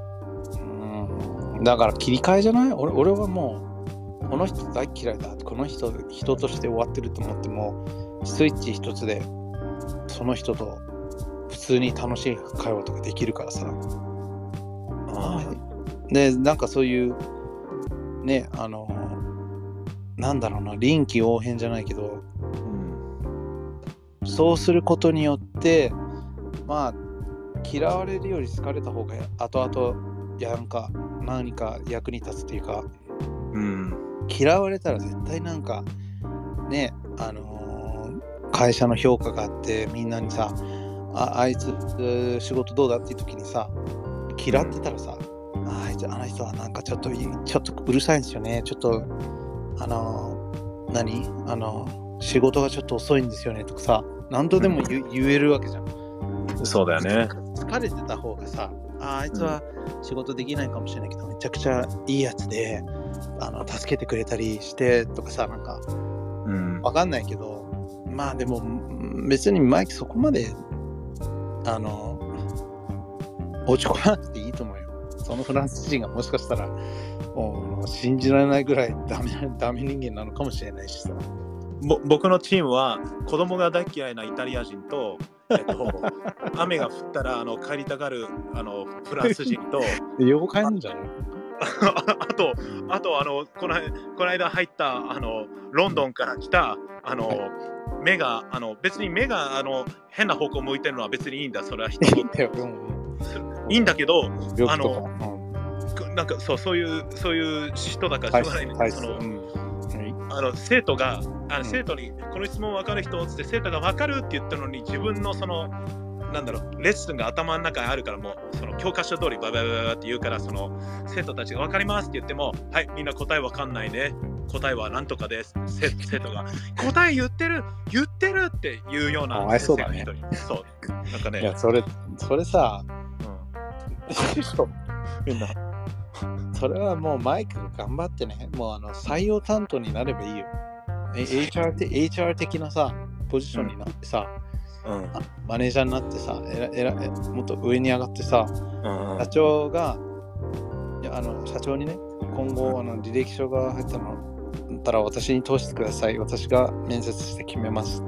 だから切り替えじゃない？ 俺, 俺はもうこの人大嫌いだこの人人として終わってると思ってもスイッチ一つでその人と普通に楽しい会話とかできるからさ。あでなんかそういうねあのなんだろうな臨機応変じゃないけど、うん、そうすることによってまあ嫌われるより好かれた方が後々やんか何か役に立つっていうか、うん、嫌われたら絶対なんかねあのー、会社の評価があってみんなにさ あ, あいつ仕事どうだっていう時にさ嫌ってたらさ、うん、あいつあの人はなんかちょっとちょっとうるさいんですよねちょっとあのー、何あのー、仕事がちょっと遅いんですよねとかさ何とでも 言,、うん、言えるわけじゃん。 そうだよね。 疲れてた方がさ あ, あいつは仕事できないかもしれないけど、うん、めちゃくちゃいいやつであの助けてくれたりしてとかさなんか、うん、わかんないけどまあでも別にマイクそこまであの落ち込まなくていいと思うよ。そのフランス人がもしかしたらもう信じられないぐらいダメダメ人間なのかもしれないしさ。 ぼ僕のチームは子供が大嫌いなイタリア人とえっと、雨が降ったらあの帰りたがるあのフランス人と両方帰るんじゃないあとあとあのこのこの間入ったあのロンドンから来たあの、はい、目があの別に目があの変な方向向いてるのは別にいいんだ。それは人のいいんだけどあの、うん、なんかそうそういうそういう人だからしょうがないんだけどその、うんあの生徒があの生徒にこの質問分かる人って生徒が分かるって言ったのに自分のそのなんだろうレッスンが頭の中にあるからもうその教科書通りバババババって言うからその生徒たちが分かりますって言ってもはいみんな答え分かんないね答えはなんとかです生徒が答え言ってる言ってるっていうような先生が一人そうなんかねいやそれそれさ、うん、みんなそれはもうマイクが頑張ってねもうあの採用担当になればいいよ。エイチアール て エイチアール 的なさポジションになってさ、うん、マネージャーになってさえらえらえもっと上に上がってさ、うん、社長がいやあの社長にね今後あの履歴書が入ったのだったら私に通してください私が面接して決めます、うん、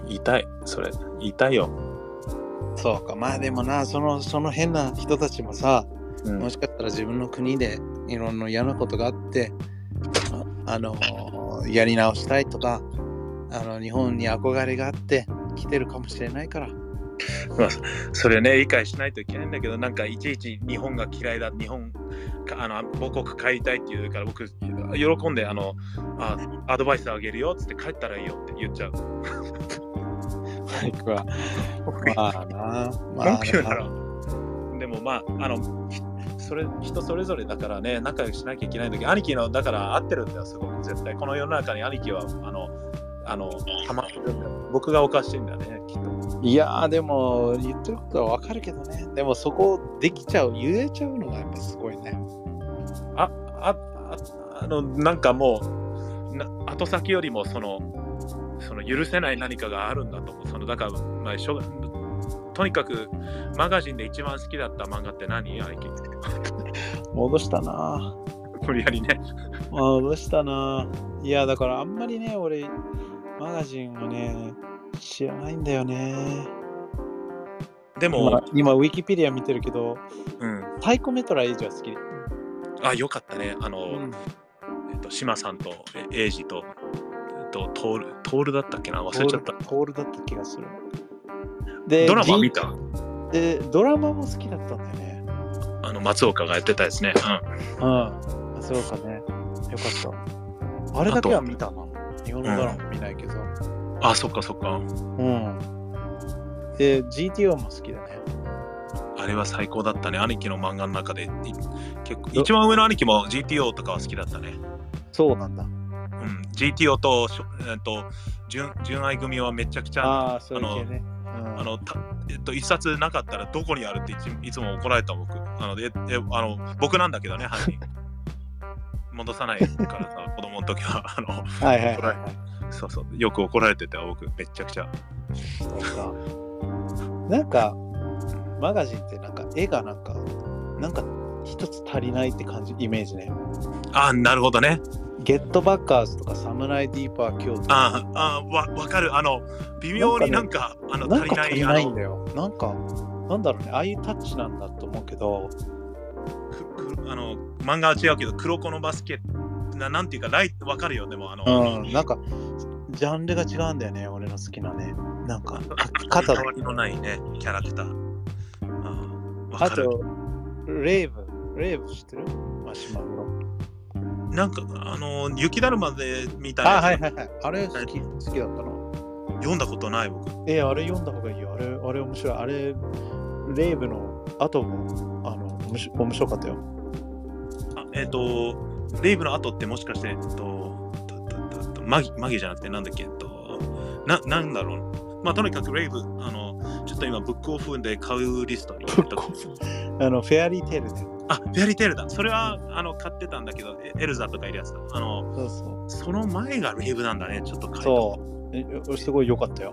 言いたいそれ言いたいよ。 そうかまあでもなそのその変な人たちもさ、うん、もしかしたら自分の国でいろんな嫌なことがあって、あ、あのやり直したいとか、あの日本に憧れがあって来てるかもしれないから。 まあ、それね、理解しないといけないんだけど、なんかいちいち日本が嫌いだ、日本かあの母国帰りたいっていうから、僕、喜んであのあアドバイスあげるよっつって帰ったらいいよって言っちゃう。 僕は、まあな、まあな。でもまあ、あの、それ人それぞれだからね、仲良くしなきゃいけないんだけど、兄貴のだから合ってるんだよ、すごく絶対。この世の中に兄貴は、あの、あの、ハマってるんだよ。僕がおかしいんだね、きっと。 いやー、でも言ってることはわかるけどね。でもそこできちゃう、言えちゃうのがやっぱすごいね。 あ、あ、あ、あの、なんかもう、な後先よりもその、その許せない何かがあるんだと思う。そのだから、まあ、しょとにかくマガジンで一番好きだった漫画って何？兄貴。 戻したな無理やりね。 戻したないや、だからあんまりね、俺、マガジンをね、知らないんだよね。 でも、 まあ、今、ウィキペディア見てるけど、 うん、 サイコメトラエイジは好き。 あ、よかったね。あの、 うん、 えっと、島さんとエイジと、えっと、トール、トールだったっけな、忘れちゃった。 トールだった気がする。で、 ドラマ見た？ で、ドラマも好きだったんだよね。 あの、松岡がやってたですね。 うん。うん。松岡ね。よかった。あれだけは見たな。日本のドラマ見ないけど。うん、 あ、そっかそっか。 うん。で、ジーティーオー も好きだね。 あれは最高だったね。兄貴の漫画の中で。結構一番上の兄貴も ジーティーオー とかは好きだったね。 そうなんだ。 うん。ジーティーオー と、えっと、純, 純愛組はめちゃくちゃ、 ああ、そういう系ね。 あのたえっと、一冊なかったらどこにあるってい つ, いつも怒られた僕。あのええあの僕なんだけどね、犯人。戻さないからさ、子供の時は。あのはいはいはい、はい、 そうそう、よく怒られてた僕、めちゃくちゃ。 そうか。なんか、マガジンってなんか絵がなんか、なんか一つ足りないって感じ、イメージね。 ああ、なるほどね。 ゲットバッカーズとかサムライディーパーキョーとか。 ああ、わ、わかる。あの、微妙になんか、なんか、ね、あの、足りない。 足りないんだよ。なんか、なんだろうね、ああいうタッチなんだと思うけど。 あの、漫画は違うけど、黒子のバスケな、なんていうか、ライト、わかるよ、でも、あの、 うん、なんか、ジャンルが違うんだよね、俺の好きなね。なんか、 肩変わりのないね、キャラクター。 あ, あと、レイブ、レイブ知ってる？マシュマロ。 なんか、あの、雪だるまでみたいな。 あ、はいはいはい。あれ好き、好きだったの？ 読んだことない、僕。 えー、あれ読んだ方がいいよ。あれ、あれ面白い。あれ、レイブの後も、あの、面白かったよ。 あ、えっ、ー、と、レイブの後ってもしかして、えっと、マギ、マギじゃなくて、なんだっけ、えっと、な、なんだろう。まあ、とにかくレイブ、あの、ちょっと今、ブックオフで買うリストに入れた。 あの、フェアリーテールで。 あ、フェアリーテールだ。それは、あの、買ってたんだけど、エルザとかいるやつだ。あの、 そうそう。 その前がレイブなんだね。ちょっと買いた。 そう。え、すごい良かったよ。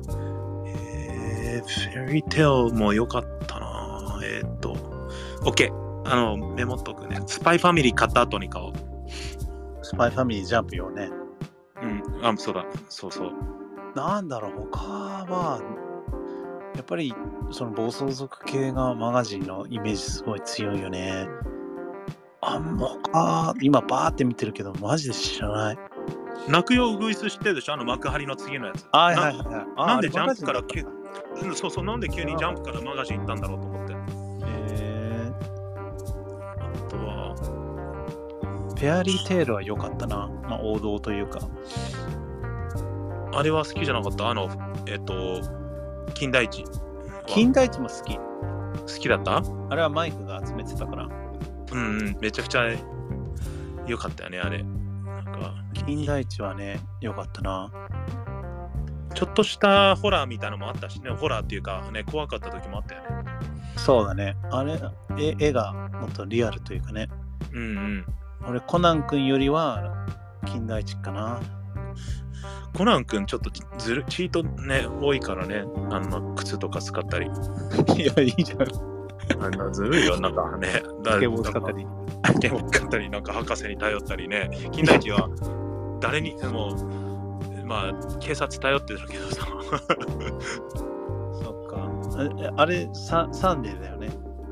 えー、フェアリーテールも良かったな。えー、っと、OK。あの、メモっとくね。スパイファミリー買った後に買おう。 スパイファミリージャンプよね。 うん、あ、そうだ。そうそう。 なんだろう、他は、やっぱりその暴走族系がマガジンのイメージすごい強いよね。あんま他今バーって見てるけどマジで知らない。 泣くよウグイス知ってるでしょ、あの幕張の次のやつ。 はいはいはいはい。 な, なんでジャンプから急そうそうなんで急にジャンプからマガジン行ったんだろうと思って。 えー、 あとはフェアリーテールは良かったな。まあ王道というか。 あれは好きじゃなかった。あのえっと金田一。 金田一も好き。 好きだった？ あれはマイクが集めてたから。 うん、うん、めちゃくちゃ良かったよね、あれ。なんか金田一はね、良かったな。 ちょっとしたホラーみたいなのもあったしね、ホラーっていうかね、怖かった時もあったよね。 そうだね。あれ、絵, 絵がもっとリアルというかね。 うんうん。 俺、コナン君よりは金田一かな。 コナン君ちょっとずるチートね多いからね、あんな靴とか使ったり。 いや、いいじゃん。 あんなずるいよ、なんかね。 スケボー使ったり。 スケボー使ったり、なんか博士に頼ったりね。金田一は誰にも、まあ、警察頼ってるけどさ。 そっか。あれサ、サンデーだよね。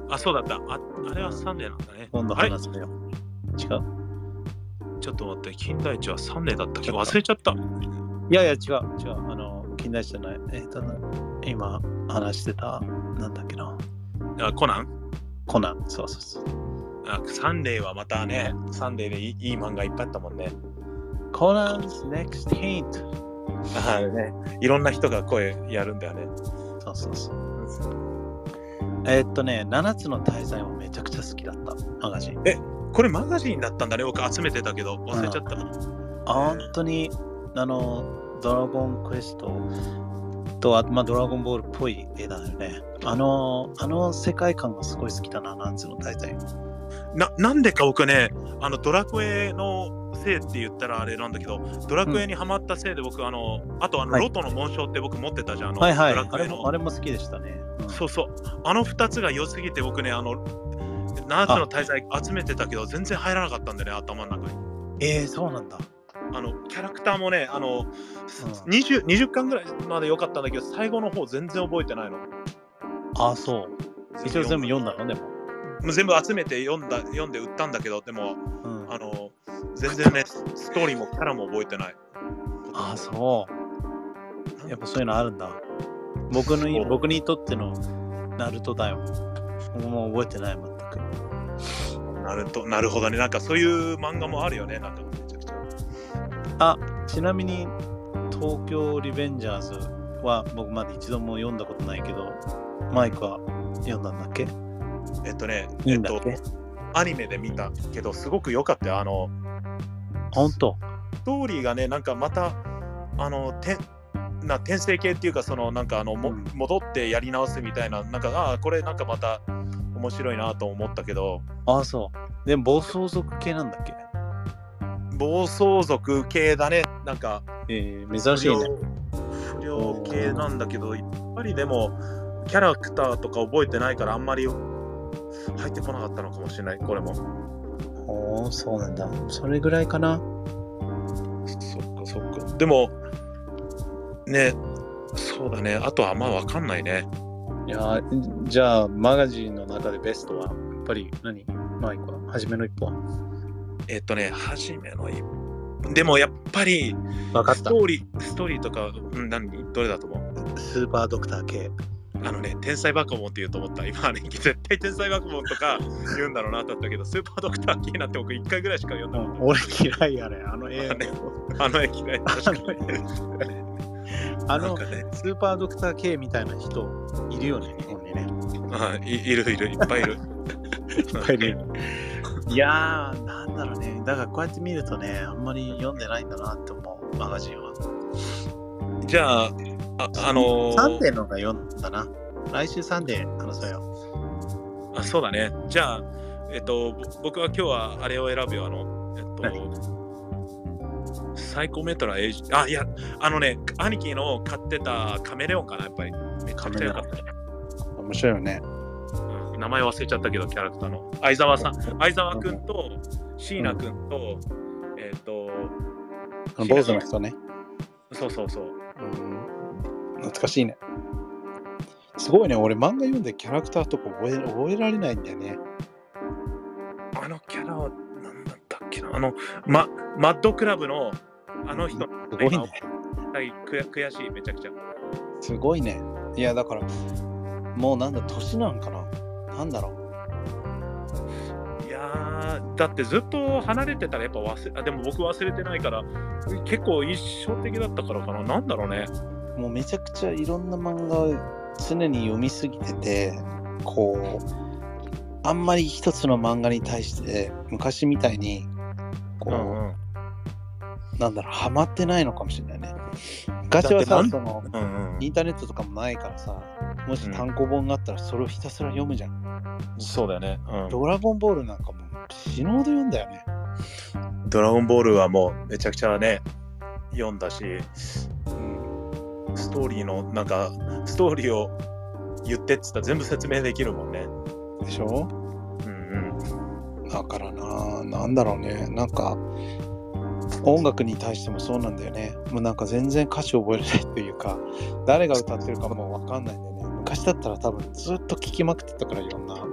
あ、そうだった。あ、あれはサンデーなんだね。 今度あれ話すよ。違うちょっと待って、金田一はサンデーだったっけ忘れちゃった。 いやいや、違う、違う。あの、金田一じゃない。えっ、と、今話してた、なんだっけな。 あ、コナンコナン、そうそうそう。 あ、サンデーはまたね、サンデーでいいいい漫画いっぱいあったもんね。 コナン 's next hint。 あね、いろんな人が声やるんだよね。 そうそうそう。えーっとね、ななつの大罪もめちゃくちゃ好きだった、マガジン。 え、これマガジンだったんだね。僕集めてたけど忘れちゃった。 本当に、あの、ドラゴンクエストと、あと、まあ、ドラゴンボールっぽい絵だよね。あの、あの世界観がすごい好きだな、ななつの大罪。 な、なんでか僕ね、あのドラクエのせいって言ったらあれなんだけど、ドラクエにハマったせいで僕、あの、あとあの、 はいロトの紋章って僕持ってたじゃん。あのはいはい、 ドラクエのあれも、あれも好きでしたね。うんそうそう。あのふたつが良すぎて僕ね、あの、ななつの大罪集めてたけど全然入らなかったんでね、頭の中に。 えー、そうなんだ。 あの、キャラクターもね、あの、 うんにじゅう、にじゅっかんぐらいまで良かったんだけど、最後の方全然覚えてないの。 ああ、そう。一応全部読んだのでも。 もう全部集めて読んだ、読んで売ったんだけど、でも、 うん、 あの、全然ね、ストーリーもキャラも覚えてない。 ああ、そう。やっぱそういうのあるんだ。僕のそう僕にとってのナルトだよ。もう覚えてない、全く。 なると、なるほどね。なんかそういう漫画もあるよね。なんかめちゃくちゃ。 あ、ちなみに東京リベンジャーズは僕まだ一度も読んだことないけど、マイクは読んだんだっけ？ えっとね、 いいんだっけ？ えっと、アニメで見たけど、すごく良かったよ。あの、 ほんと？ ストーリーがね、なんかまた、あの、てな転生系っていうか、そのなんかあの、もうん戻ってやり直すみたいな、なんか、ああ、これなんかまた面白いなと思ったけど、 ああ、そう。でも暴走族系なんだっけ？ 暴走族系だね。なんか、 えー、珍しいね。 不良系なんだけど、やっぱりでも、キャラクターとか覚えてないから、あんまり入ってこなかったのかもしれない、これも。 おー、そうなんだ。それぐらいかな。 そっかそっか。でも、ね、そうだね。あとはあんま分かんないね。 いやー、じゃあマガジンの中でベストはやっぱり何？マイクは初めの一歩は？ えっとね、初めの一歩。でもやっぱり、 分かったスト。ーリー、ストーリーとか、うん何どれだと思う？ スーパードクター系。 あのね、天才バカモンって言うと思った。今ね、絶対天才バカモンとか言うんだろうなと思ったけど、スーパードクター系なんて僕いっかいぐらいしか読んだことない。 俺嫌いやね。あの映画。 あの駅ね、確かに。 あのなんかね、 スーパードクター K みたいな人いるよね、日本にね。 あいいるいる、いっぱいいる。 いっぱいいる。いやー、なんだろうね。だからこうやって見るとね、あんまり読んでないんだなって思う、マガジンは。 じゃあ、あ、あのー、 サンデーのが読んだな。来週サンデー話そうよ。 あ、そうだね。じゃあ、えっと、ぼ僕は今日はあれを選ぶよ。あの、えっと、サイコメトラエイジ、あ、いや、あのね、兄貴の飼ってたカメレオンかな、やっぱり。めちゃくちゃ良かったね。 面白いよね。 うん、名前忘れちゃったけど、キャラクターの。相沢さん、相沢くんと、椎名くんと、えっと、 坊主の人ね。 そうそうそう。 うん、懐かしいね。すごいね、俺漫画読んでキャラクターとか覚え覚えられないんだよね。 あのキャラは何だったっけな、あの、ま、マッドクラブのあの人、 すごいね。 はい悔、悔しい、めちゃくちゃ。 すごいね。いや、だから、もうなんだ、年なんかな。なんだろいやー、だってずっと離れてたらやっぱ忘れ、あ、でも僕忘れてないから、結構一生的だったからかな、なんだろうね。 う。もうめちゃくちゃいろんな漫画を常に読みすぎてて、こう、あんまり一つの漫画に対して昔みたいに、こう、 うんうん、 なんだろう、ハマってないのかもしれないね。昔はさ、その、 うんうん、 インターネットとかもないからさ、もし単行本があったらそれをひたすら読むじゃん。 うん、そうだよね、うん。 ドラゴンボールなんかも死ぬほど読んだよね。 ドラゴンボールはもうめちゃくちゃね、読んだし、うん、ストーリーの、なんか、ストーリーを言ってっつったら全部説明できるもんね。 でしょ？ うんうん。 だからな、なんだろうね、なんか音楽に対してもそうなんだよね。もうなんか全然歌詞覚えれないというか、誰が歌ってるかもわかんないんだよね。昔だったら多分ずっと聴きまくってたから、いろんな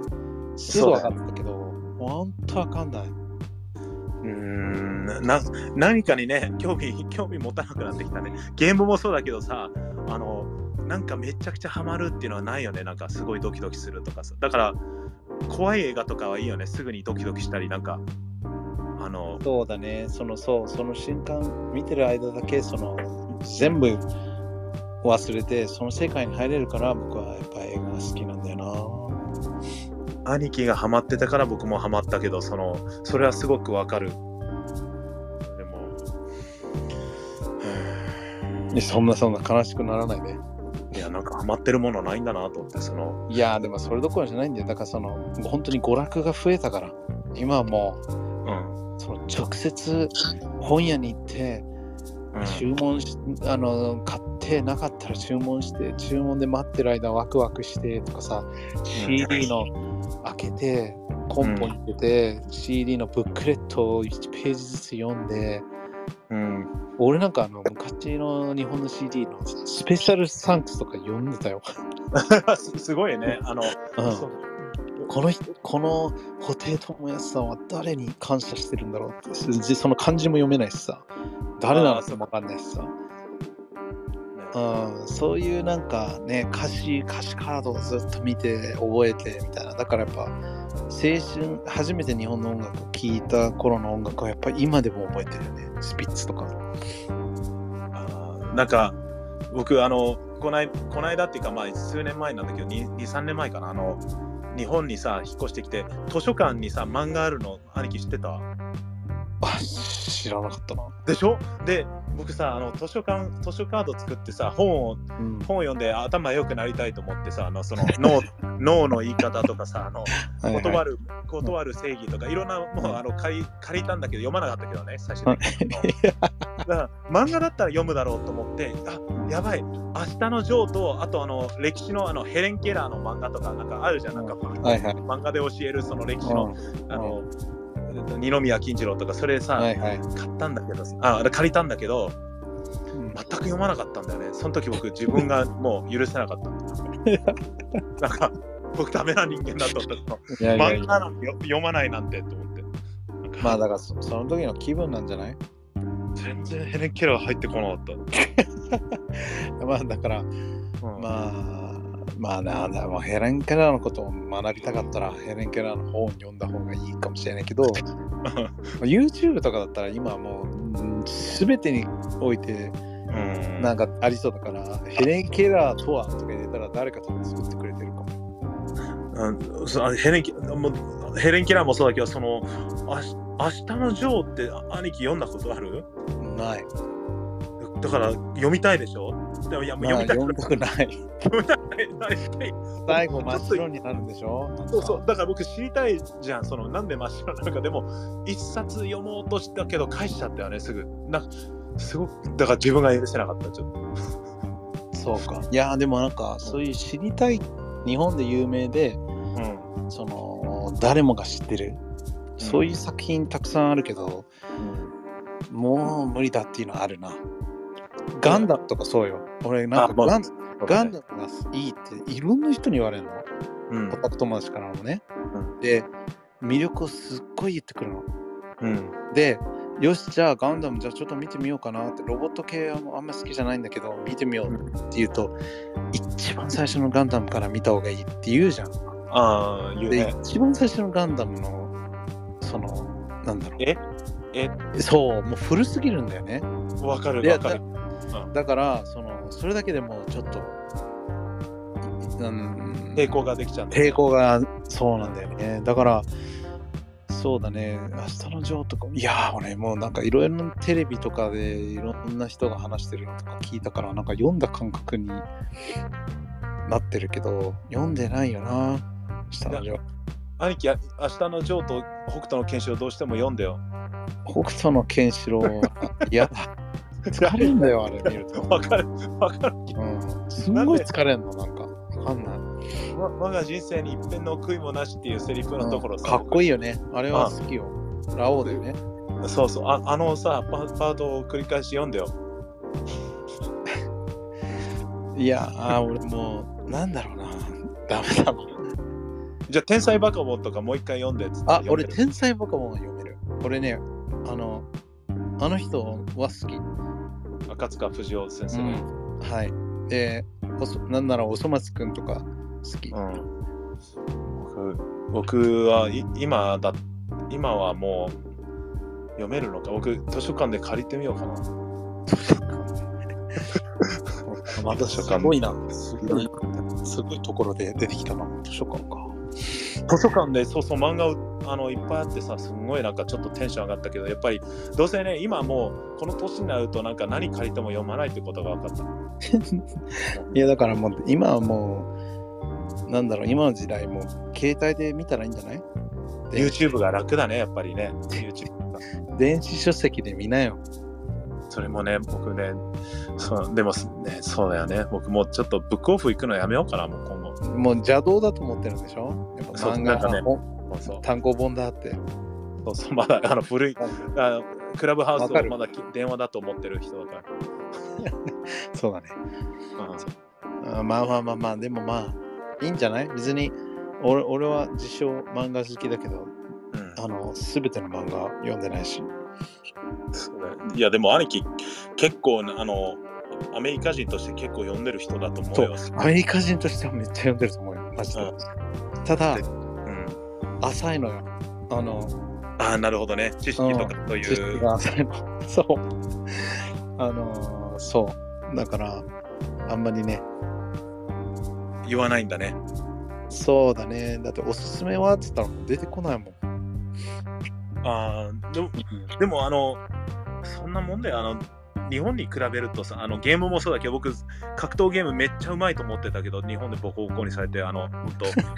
すぐ分かったけど、本当わかんない。 うーんな何かにね興味興味持たなくなってきたね。ゲームもそうだけどさ、あのなんかめちゃくちゃハマるっていうのはないよね。なんかすごいドキドキするとかさ。だから怖い映画とかはいいよね。すぐにドキドキしたりなんかあのそうだね。そのそうその瞬間見てる間だけその全部忘れてその世界に入れるから僕はやっぱ映画が好きなんだよな。兄貴がハマってたから僕もハマったけど、そのそれはすごくわかる。でもそんなそんな悲しくならないで。 いやなんかハマってるものないんだなと思って。そのいやでもそれどころじゃないんだよ。だからその本当に娯楽が増えたから今はもう、うん、その直接本屋に行って注文し、うん、あの買ってなかったら注文して注文で待ってる間ワクワクしてとかさ、うん、シーディー の開けてコンポに入れて、うん、シーディー のブックレットをいちページずつ読んで、うん、俺なんかあの昔の日本の シーディー のスペシャルサンクスとか読んでたよす, すごいね。あの、 うん、そうこのこの布袋寅泰さんは誰に感謝してるんだろうって、その漢字も読めないしさ、誰なのかも分かんないしさ、うん、そういうなんかね歌詞歌詞カードをずっと見て覚えてみたいな。だからやっぱ青春初めて日本の音楽を聴いた頃の音楽はやっぱり今でも覚えてるよね。スピッツとか。 あなんか僕あのこないこの間っていうかまあ数年前なんだけど にさんねんまえかな、あの日本にさ引っ越してきて図書館にさ漫画あるの兄貴知ってた？ あ、知らなかったな。 でしょ？で僕さあの図書館図書カード作ってさ本を、うん、本を読んで頭良くなりたいと思ってさ、あのその脳脳の言い方とかさあの断る断る正義とかいろんなもうあの借り借りたんだけど読まなかったけどね最初に。だから漫画だったら読むだろうと思って、あやばい明日のジョーとあとあの歴史のあのヘレン・ケラーの漫画とかなんかあるじゃん、なんか、はいはい、漫画で教えるその歴史の、うん、あの、うん、二宮金次郎とかそれさ、はいはい、買ったんだけどあ借りたんだけど、うん、全く読まなかったんだよね。その時僕自分がもう許せなかったなんか僕ダメな人間だと思った漫画なんて読まないなんてと思って。 まあだから そ, その時の気分なんじゃない？ 全然ヘレン・ケラー入ってこなかったまあだから、うん、まあまあなんだ、まあ、ヘレン・ケラーのことを学びたかったらヘレン・ケラーの本を読んだ方がいいかもしれないけどYouTube とかだったら今もう全てにおいてなんかありそうだから、うん、ヘレン・ケラーとはとか入れたら誰かとか作ってくれてるかも。 うん、そヘレンケもヘレン・ケラーもそうだけど、その明日のジョーって兄貴読んだことある？ ない。 だから読みたいでしょ？でもいやもう読みたくない。読みたくない。 読みたくない。 最後真っ白になるんでしょ？ そうそう。だから僕知りたいじゃん。そのなんで真っ白なのか。でも一冊読もうとしたけど返しちゃったよねすぐ。なんかすごくだから自分が許せなかったちょっと。 そうか。いやでもなんかそういう知りたい日本で有名で、うん、その誰もが知ってる。そういう作品たくさんあるけど、うん、もう無理だっていうのはあるな。ガンダムとかそうよ。俺なんかガン、ガンダムがいいっていろんな人に言われるの。うん、オタク友達からもね、うん。で、魅力をすっごい言ってくるの。うん、で、よしじゃあガンダムじゃあちょっと見てみようかなって、ロボット系はあんま好きじゃないんだけど見てみようって言うと、うん、一番最初のガンダムから見た方がいいって言うじゃん。 ああ、言うね。 で、一番最初のガンダムのそのなんだろうええそうもう古すぎるんだよね。 わかるわかる。 だ, うん、だからそのそれだけでもちょっと、 うん、抵抗ができちゃうんだよね。抵抗がそうなんだよね。だからそうだね。明日のジョーとかいや俺もうなんかいろいろなテレビとかでいろんな人が話してるのとか聞いたからなんか読んだ感覚になってるけど読んでないよな明日のジョー。 兄貴、明日のジョーと北斗の拳士をどうしても読んでよ。 北斗の拳士いやだ。疲れんだよ、あれ見ると。 わかる、わかる。 うん。すごい疲れんの、なんか。わかんない。 わ我が人生に一片の悔いもなしっていうセリフのところさ、 うん、かっこいいよね。あれは好きよ。ラオウだよね。 そうそう。あ, あのさパ、パートを繰り返し読んでよ。 いや、あ俺もう、なんだろうな。ダメだな。 じゃあ、天才バカボンとかもう一回読んでっつってあ、 読める。 俺天才バカボンは読める。俺ね、あの、あの人は好き。 赤塚不二夫先生、 うん、はい。で、おそなんならおそ松くんとか好き。 うん、僕僕はい今だ今はもう読めるのか。僕図書館で借りてみようかな。 またすごいな。すごい、すごいところで出てきたな。図書館か。 図書館でそうそう漫画をあのいっぱいあってさ、すごいなんかちょっとテンション上がったけど、やっぱりどうせね、今もうこの年になるとなんか何借りても読まないってことが分かった。 いやだからもう今はもうなんだろう、今の時代もう携帯で見たらいいんじゃない？ YouTube が楽だね、やっぱりね。YouTube が電子書籍で見なよ。 それもね、僕ね、そうでもね、そうだよね。僕もうちょっとブックオフ行くのやめようかな、もう今後。 もう邪道だと思ってるんでしょ？やっぱそう漫画なんかね本そうそう単行本だって。 そうそう、まだあの古いあのクラブハウスわかるをまだき電話だと思ってる人だから。 そうだね。 うんあまあまあまあまあ、でもまあいいんじゃない？別に俺俺は自称漫画好きだけど、 うんあの全ての漫画読んでないし。 そうねいやでも兄貴結構あのアメリカ人として結構読んでる人だと思うよ。 アメリカ人としてはめっちゃ読んでると思うよ、マジで。 うんただ、 うん、 浅いのよ。あの、 ああなるほどね、知識とかという、 知識が浅いの。そう。あのー、そう。だから、あんまりね。 言わないんだね。 そうだね。だっておすすめはって言ったら出てこないもん。 ああでもでもあのそんなもんだよ。あの日本に比べるとさ、あのゲームもそうだけど、僕格闘ゲームめっちゃうまいと思ってたけど、日本でボコボコにされて、あの本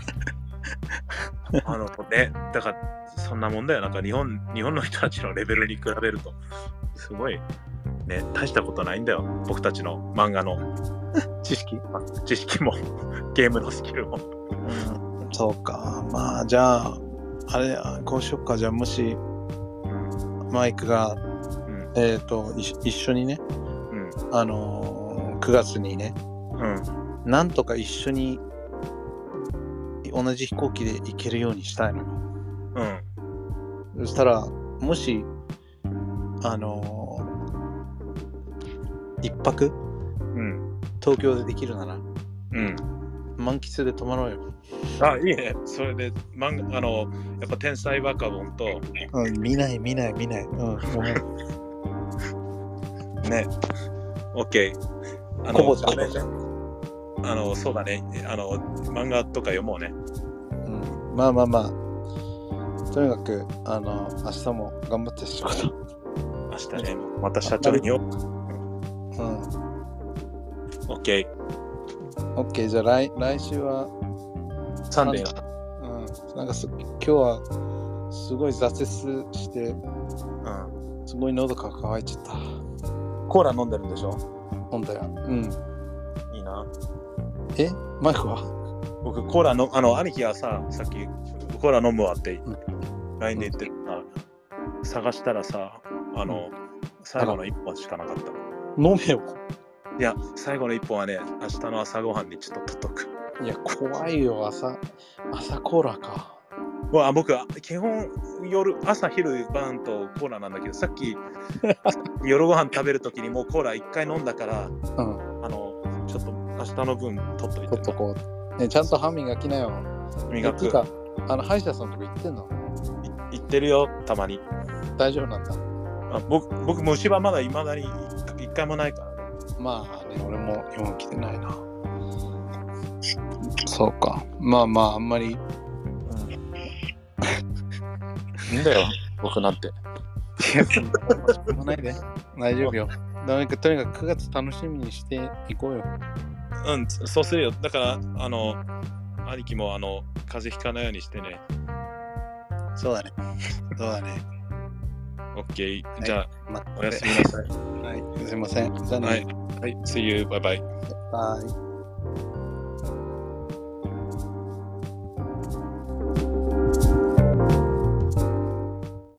当あのね、だからそんなもんだよ。なんか日本日本の人たちのレベルに比べるとすごいね、大したことないんだよ。僕たちの漫画の知識、 知識もゲームのスキルも。 うん、そうか。まあじゃああれこうしよっか。じゃあもしマイクが、うん、えっ、ー、と一緒にね、うん、あのー、くがつにね、うん、なんとか一緒に同じ飛行機で行けるようにしたいのよ。うん。そしたらもしあのー、一泊、うん、東京でできるなら、うん、満喫で泊まろうよ。 あ、いいね。それで、まんあの、やっぱ天才バカボンと、 うん、見ない見ない見ない。うん、 ね、オッケー。あの、 コボちゃん、 あの、そうだね。あの、漫画とか読もうね。 うん、まあまあまあ。とにかく、あの、明日も頑張って仕事。 明日ね、また社長によ。うん。オッケー。 オッケー、じゃあ来、来週は、 サンデー。 うん。なんかす、今日は、すごい挫折して、うん。すごい喉が渇いちゃった。 コーラ飲んでるんでしょ？ 飲んだよ。うん。 いいな。 え？マイクは？ 僕、コーラの、あの、兄貴がさ、さっき、コーラ飲むわって、うん、ライン で言ってた、うん、探したらさ、あの、うん、最後の一本しかなかった。 飲めよ。 いや、最後の一本はね、明日の朝ごはんにちょっと取っとく。 いや、怖いよ、朝、朝コーラか。 わあ、僕は基本夜、朝、昼、晩とコーラなんだけど、さっき夜ご飯食べるときにもうコーラ一回飲んだから、うん、あの、ちょっと明日の分取っといて。 取っとこう。ね、ちゃんと歯磨きなよ。 磨く。 か、あの、歯医者さんとか行ってんの？ 行ってるよ、たまに。 大丈夫なんだ。 あ僕、僕虫歯まだ未だに一回もないからね。 まあね、俺もよん来てないな。そうか。まあまあ、あんまり。 いいんだよ、僕なんて。 いや、しょうがないで。大丈夫よ。とにかく、とにかくくがつ楽しみにしていこうよ。 うん、そうするよ。だから、あの、兄貴もあの風邪ひかないようにしてね。 そうだね。そうだね。 オッケー。じゃあ、 はい、 おやすみなさい。 はい、すいません。じゃあね。 はい。はい、See you. Bye bye. Bye.